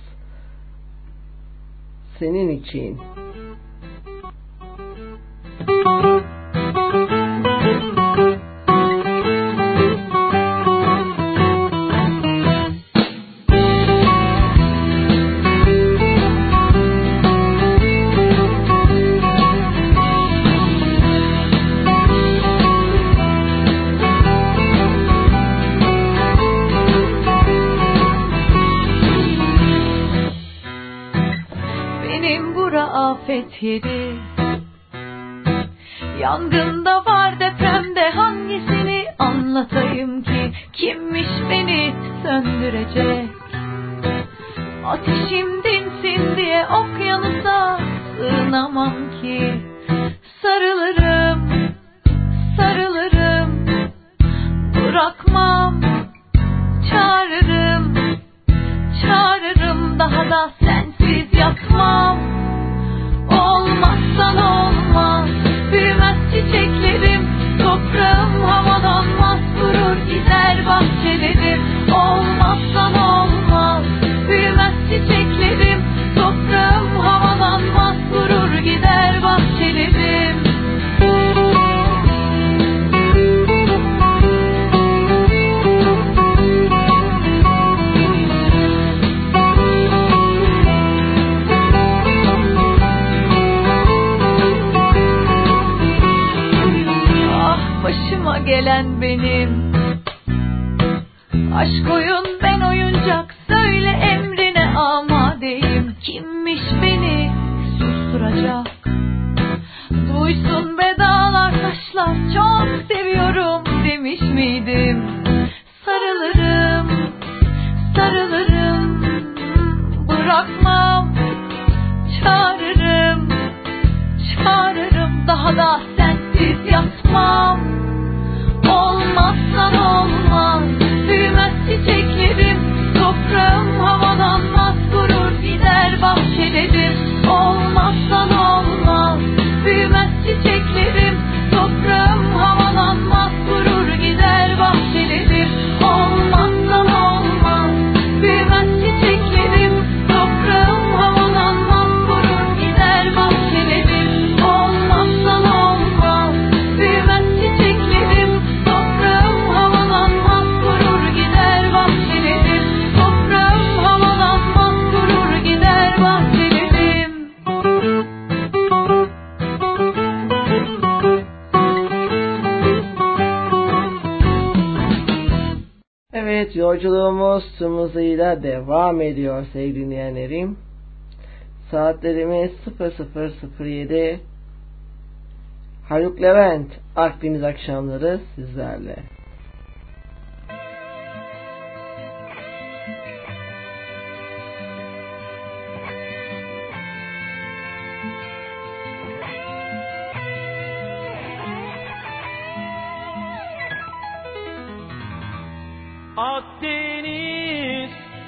senin için. afet yeri. Yangında var, depremde hangisini anlatayım ki? Kimmiş beni söndürecek? Ateşim dinsin diye okyanusa sığınamam ki. Sarılırım, sarılırım, bırakmam, çağırırım, çağırırım, daha da sensiz yapmam. Olmazsan olmaz, büyümez çiçeklerim, toprağım havalanmaz, kurur gider bahçelerim. Olmazsan olmaz, büyümez çiçeklerim, toprağım havalanmaz, kurur gider bahçelerim. Başıma gelen benim. Aşk oyun, ben oyuncak, söyle emrine amadeyim. Kimmiş beni susturacak? Duysun be dağlar taşlar, çok seviyorum demiş miydim? Sarılırım, sarılırım, bırakmam, çağırırım, çağırırım, daha da sensiz yatmam. Olmazsan olmaz, büyümez çiçeklerim, toprağım havalanmaz, kurur gider bahçelerim. Olmazsan olmaz, büyümez çiçeklerim, toprağım havalanmaz, kurur gider bahçelerim. Olmazsan olmaz, büyümez çiçeklerim, toprağım havalanmaz, kurur gider bahçelerim. Olmazsan olmaz, büyümez çiçeklerim, toprağım havalanmaz, kurur gider bahçelerim. Toprağım havalanmaz, kurur gider bahçelerim. Evet, yolculuğumuz tüm hızıyla devam ediyor sevgili dinleyenlerim. Saatlerimiz sıfır sıfır sıfır yedi. Haluk Levent, Akdeniz akşamları sizlerle. Akdeniz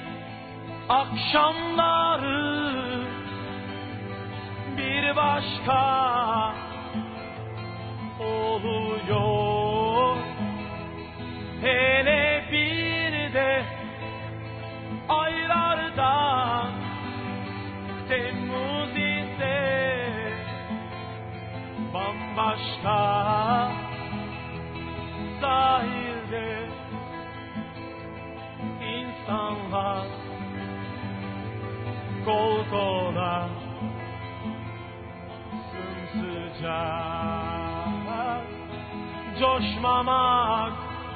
akşamları bir başka oluyor. Hele bir de aylardan Temmuz ise bambaşka. Sahilde insanlar kol kola, sımsıcak, coşmamak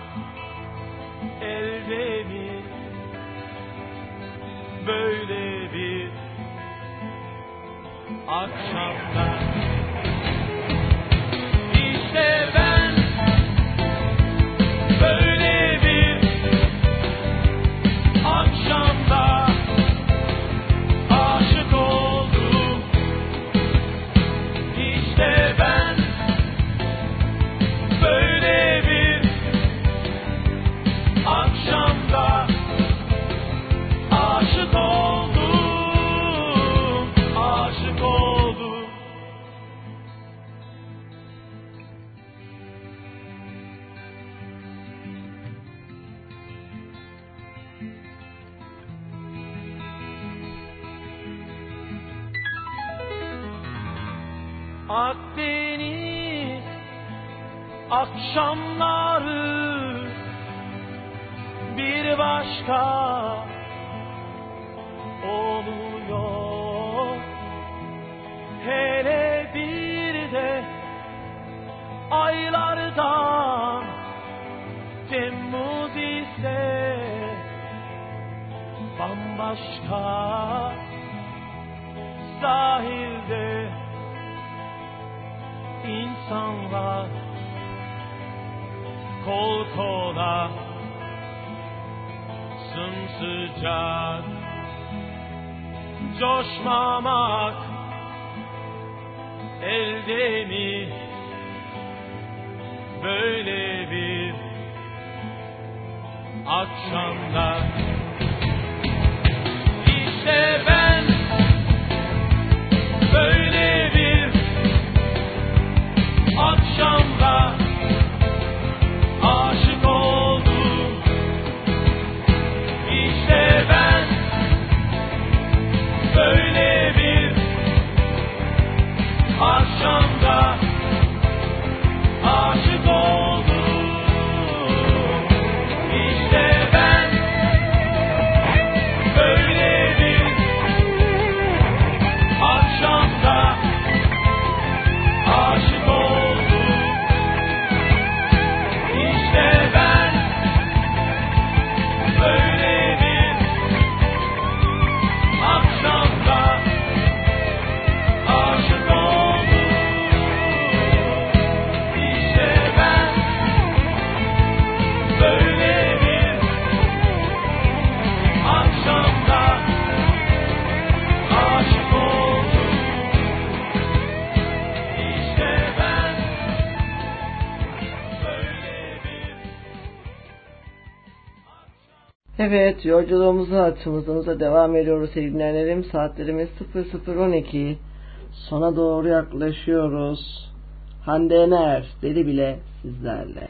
elde mi? Böyle bir akşamda işte ben böyle bir akşamda aşık oldum. İşte ben böyle bir akşamda aşık oldum, aşık oldum. Akdeniz akşamları bir başka oluyor. Hele bir de aylardan Temmuz ise bambaşka. sahilde insanlar kol kola sımsıcak coşmamak elde mi böyle bir akşamda işte ben böyle bir akşamda aşık oldum. İşte ben böyle bir akşamda aşık oldum. İşte ben böyle bir akşamda aşık oldum. İşte ben böyle bir akşamda aşık oldum. İşte ben böyle bir akşamda aşık oldum. İşte ben böyle bir Evet, yolculuğumuza açımızımıza devam ediyoruz sevgili dinleyenlerim. Saatlerimiz sıfır sıfır on iki. Sona doğru yaklaşıyoruz. Hande Yener, Deli Bile sizlerle.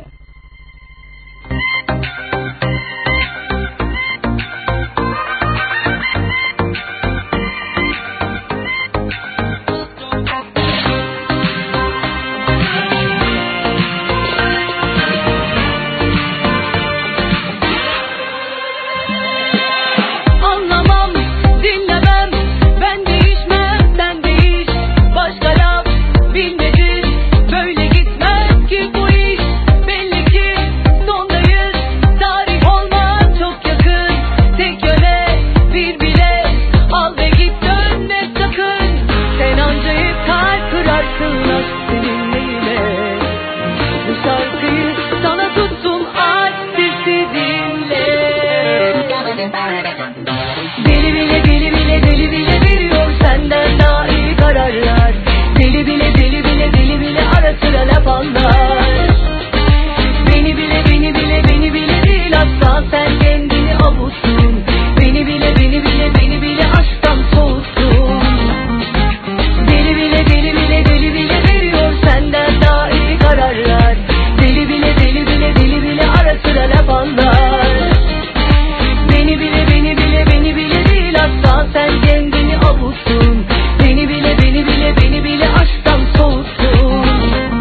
Anlamam, dinlemem, ben değişmem, sen değiş. Başka laf bilmedin, böyle gitmez ki bu iş. Belli ki sondayız, tarih olmak çok yakın. Tek yöne bir bilet, al ve git dönme sakın. Sen anca hep kalp kırarsın aşk seninle yine. Bu şarkıyı sana tuttum aç sesi dinle. Deli bile deli bile deli bile veriyor senden daha iyi kararlar. Deli bile deli bile deli bile ara sıra laf anlar. Beni bile beni bile beni bile değil asla sen kendini avuttun. Beni bile beni bile beni bile aşktan soğuttun. Deli bile deli bile deli bile veriyor senden daha iyi kararlar. Deli bile deli bile deli bile ara sıra laf anlar. Beni bile beni bile beni bile değil asla sen kendini avuttun. Beni bile beni bile beni bile aşktan soğuttun.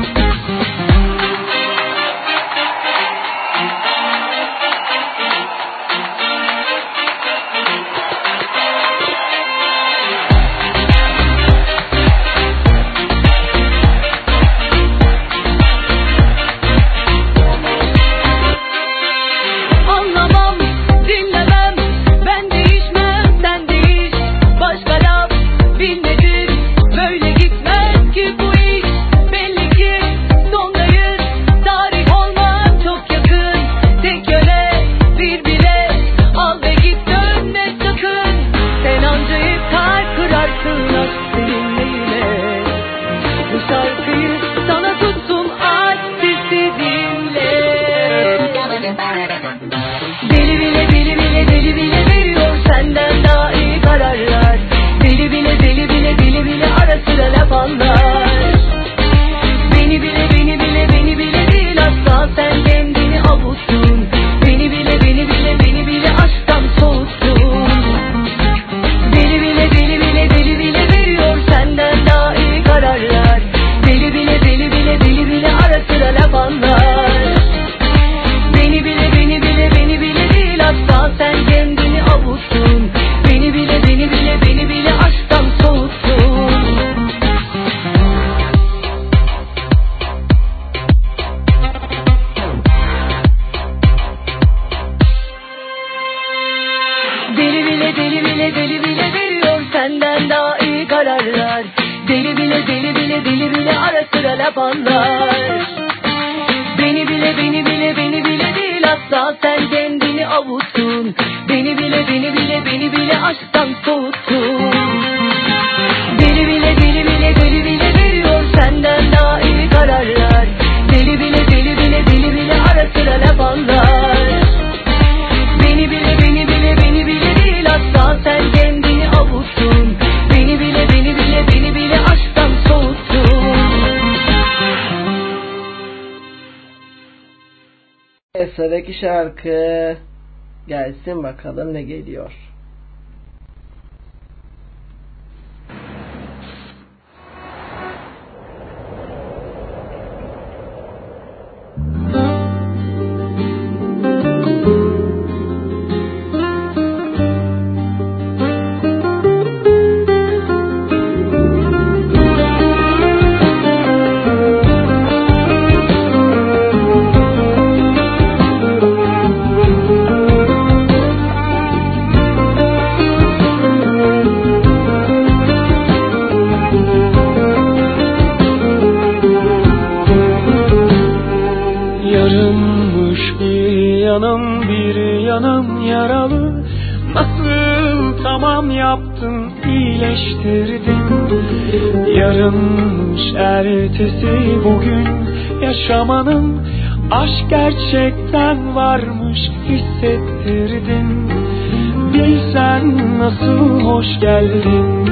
Anlamam, dinlemem, ben değişmem, sen değiş. Başka laf bilmedin, böyle gitmez ki bu iş. Belli ki sondayız, tarih olmak çok yakın. Tek yöne bir bilet, al ve git dönme sakın. Sen anca hep kalp kırarsın aşk seninle yine. Bu şarkıyı sana tuttum aç sesi dinle. Deli bile deli bile deli bile veriyor senden daha iyi kararlar. Deli bile deli bile deli bile ara sıra laf anlar. Beni bile beni bile beni bile değil asla sen kendini avuttun. Beni bile beni bile beni bile aşktan soğuttun. Deli bile deli bile deli bile veriyor senden daha iyi kararlar. Deli bile deli bile deli bile ara sıra laf anlar. Beni bile beni bile beni bile değil asla sen kendini avuttun. Beni bile beni bile beni bile aşktan soğuttun. Deli bile deli bile deli bile veriyor senden daha iyi kararlar. yapanlar. Beni bile beni bile beni bile değil asla sen kendini avuttun. Beni bile beni bile beni bile aşktan soğuttun. Deli bile deli bile deli bile veriyor senden daha iyi kararlar. Deli bile deli bile deli bile ara sıra laf anlar. Beni bile beni bile beni bile değil asla sen kendini avuttun. Beni bile beni bile beni bile aşktan soğuttun. Sıradaki şarkı gelsin bakalım ne geliyor. Ertesi bugün yaşamanın aşk gerçekten varmış hissettirdin. Bilsen nasıl hoş geldin.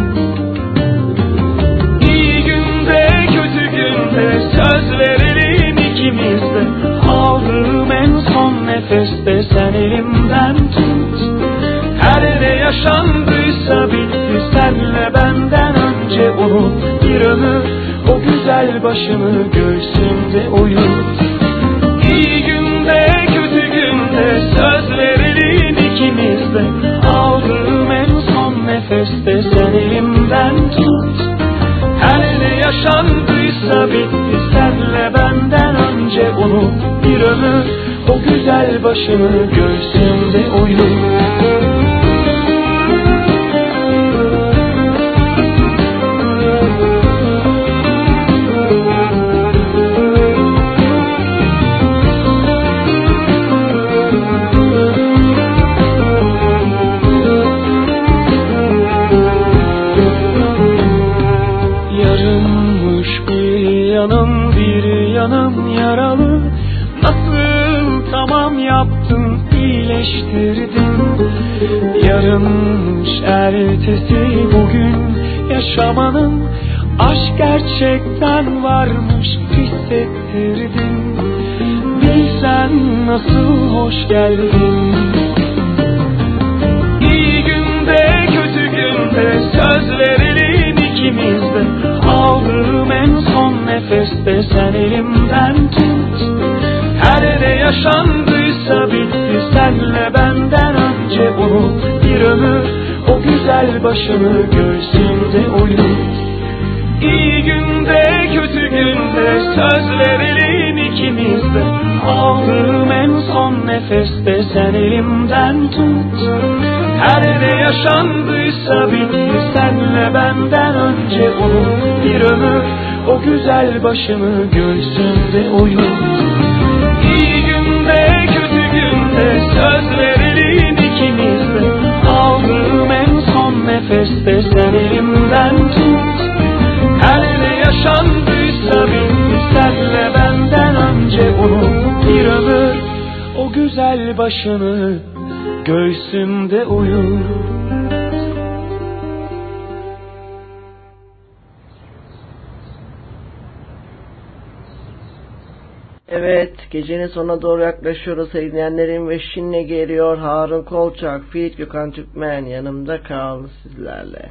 İyi günde kötü günde söz verelim ikimiz de. Aldığım en son nefeste sen elimden tut. Her ne yaşandıysa bitti senle benden önce unut. Bir ömür o güzel başını göğsümde uyut. İyi günde kötü günde söz verelim ikimiz de. Aldığım en son nefeste sen elimden tut. Her ne yaşandıysa bitti senle benden önce unut. Bir ömür o güzel başını göğsümde uyut. Yarınmış ertesi bugün yaşamanın aşk gerçekten varmış hissettirdin. Bilsen nasıl hoş geldin. İyi günde kötü günde söz verelim ikimiz de. Aldığım en son nefeste sen elimden tut. Her ne yaşandıysa bitti senle benden önce unut. Bir ömür o güzel başını göğsümde uyut. İyi günde kötü günde söz verelim ikimiz de. Aldığım en son nefeste sen elimden tut. Her ne yaşandıysa bitti senle benden önce unut. Bir ömür o güzel başını göğsümde uyut. İyi günde kötü günde söz verelim ikimiz de. Aldığım en son nefeste sen elimden tut. Her ne yaşandıysa bitti senle benden önce unut. Bir ömür o güzel başını göğsümde uyut. Evet, gecenin sonuna doğru yaklaşıyoruz sevgili dinleyenlerim ve şimdi geliyor Harun Kolçak, Feat Gökhan Türkmen, yanımda kal sizlerle.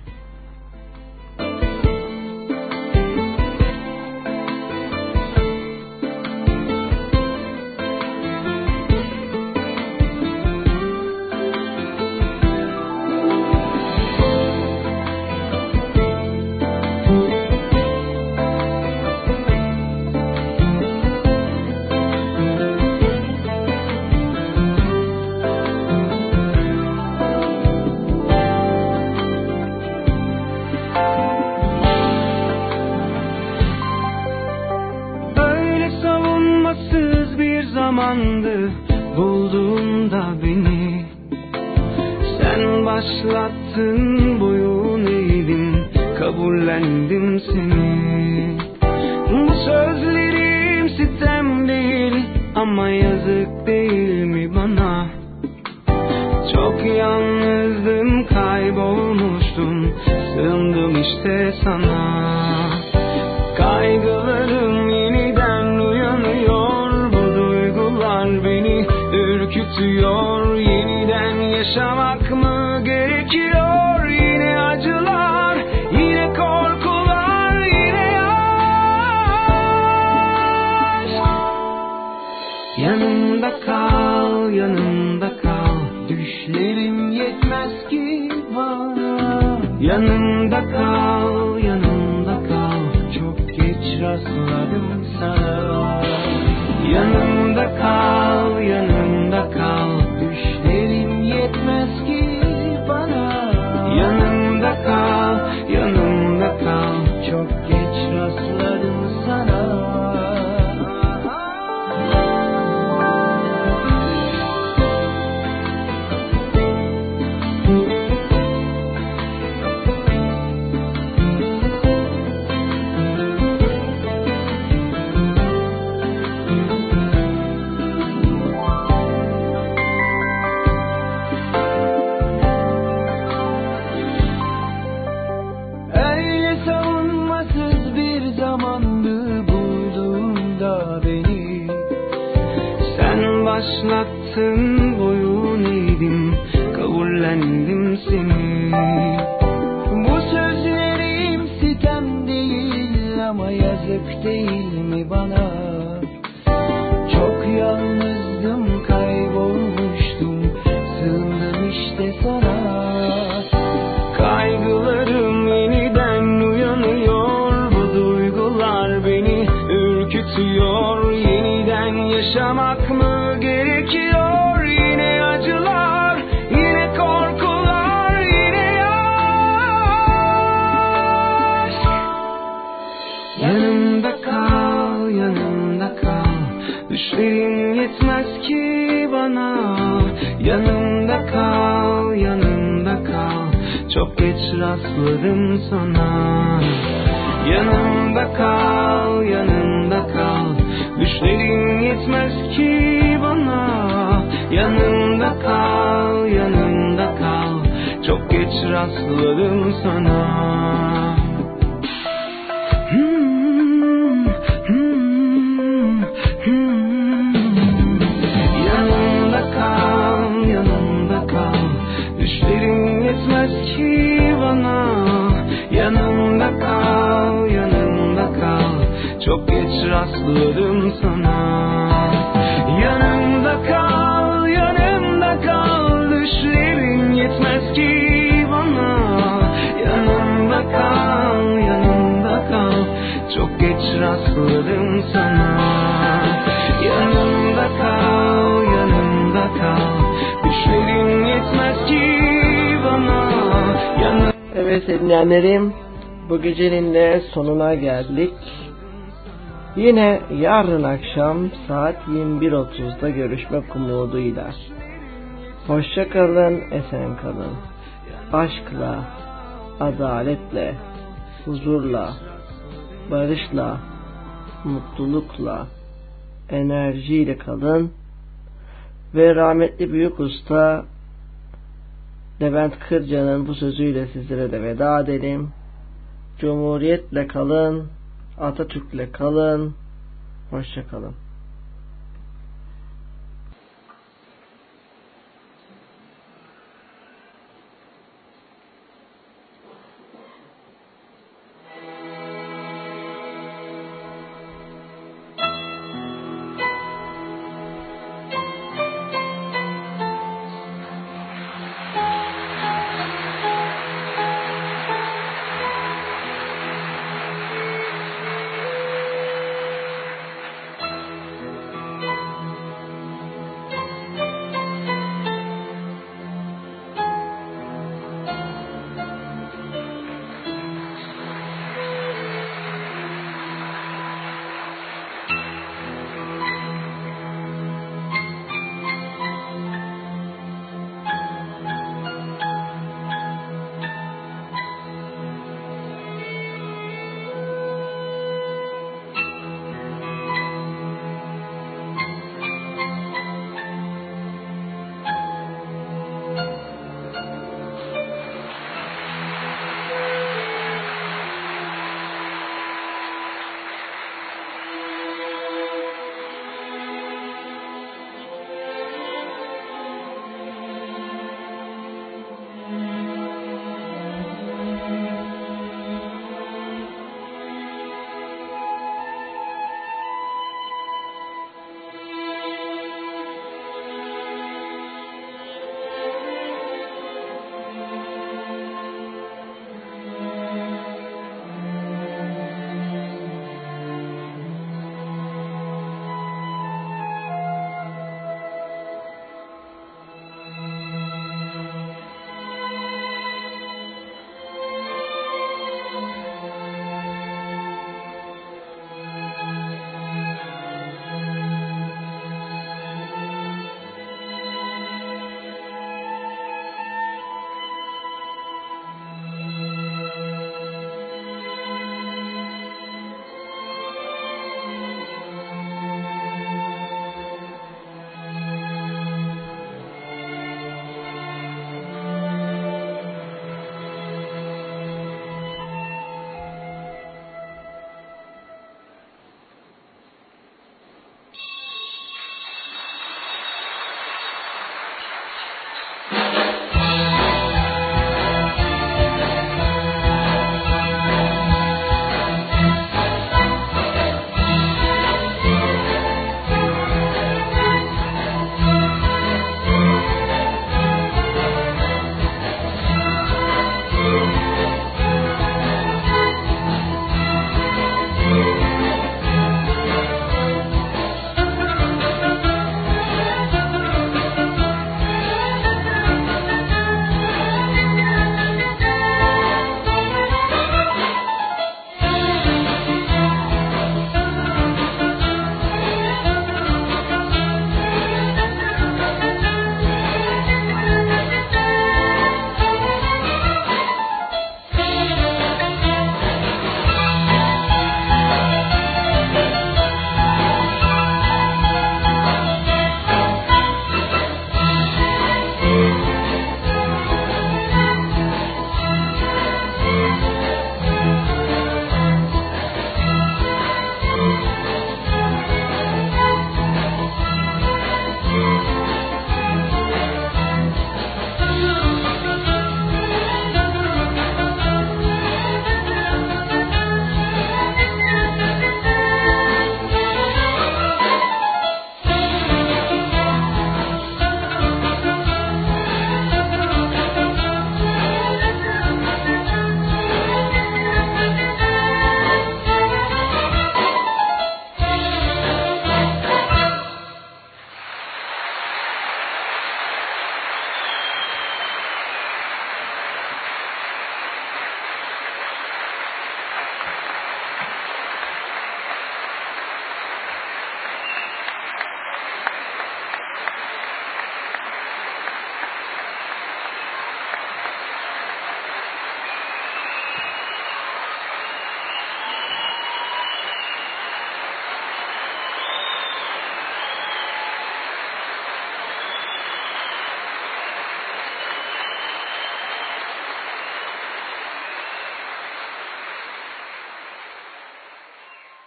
başlattın, boyun eğdim, kabullendim seni. Bu sözlerim sitem değil ama yazık değil mi bana? Çok yalnızdım, kaybolmuştum, sığındım işte sana. Kaygılarım yeniden uyanıyor, bu duygular beni ürkütüyor. Yeniden yaşamak mı gerekiyor? Yine acılar, yine korkular, yine aşk. Yanımda kal, yanımda kal, düşlerim yetmez ki bana. Yanımda kal, yanımda kal, çok geç rastladım sana. Yanımda kal, yanımda kal, düşlerim yetmez ki bana. Yanımda kal, yanımda kal, çok geç rastladım sana. Öyle savunmasız bir zamandı bulduğunda beni. Sen başlattın, boyun eğdim, kabullendim seni. Bu sözlerim sitem değil ama yazık değil mi bana? Çok yalnızdım, kaybolmuştum, sığındım işte sana. Kaygılarım yeniden uyanıyor, bu duygular beni ürkütüyor. Yeniden yaşamak mı gerekiyor? Yine acılar, yine korkular, yine aşk. Yanımda kal, yanımda kal, düşlerim yetmez ki bana. Yanımda kal, yanımda kal, çok geç rastladım sana. Yanımda kal, yanımda kal, düşlerim yetmez ki bana. Yanımda kal, yanımda kal, çok geç rastladım sana. Hmm, hmm, hmm. Yanımda kal, yanımda kal, düşlerim yetmez ki bana. Yanımda kal, yanımda kal, çok geç rastladım sana. Yanımda kal, yanımda kal, düşlerim yetmez ki bana. Yanımda kal, yanımda kal, çok geç rastladım sana. Yanımda kal, yanımda kal, düşlerim yetmez ki bana. Yanımda. Evet dinleyenlerim, bu gecenin de sonuna geldik. Yine yarın akşam saat yirmi bir otuzda görüşmek umuduyla. Hoşça kalın, esen kalın. Aşkla, adaletle, huzurla, barışla, mutlulukla, enerjiyle kalın. Ve rahmetli büyük usta Levent Kırca'nın bu sözüyle sizlere de veda edelim. Cumhuriyetle kalın, Atatürk'le kalın, hoşça kalın.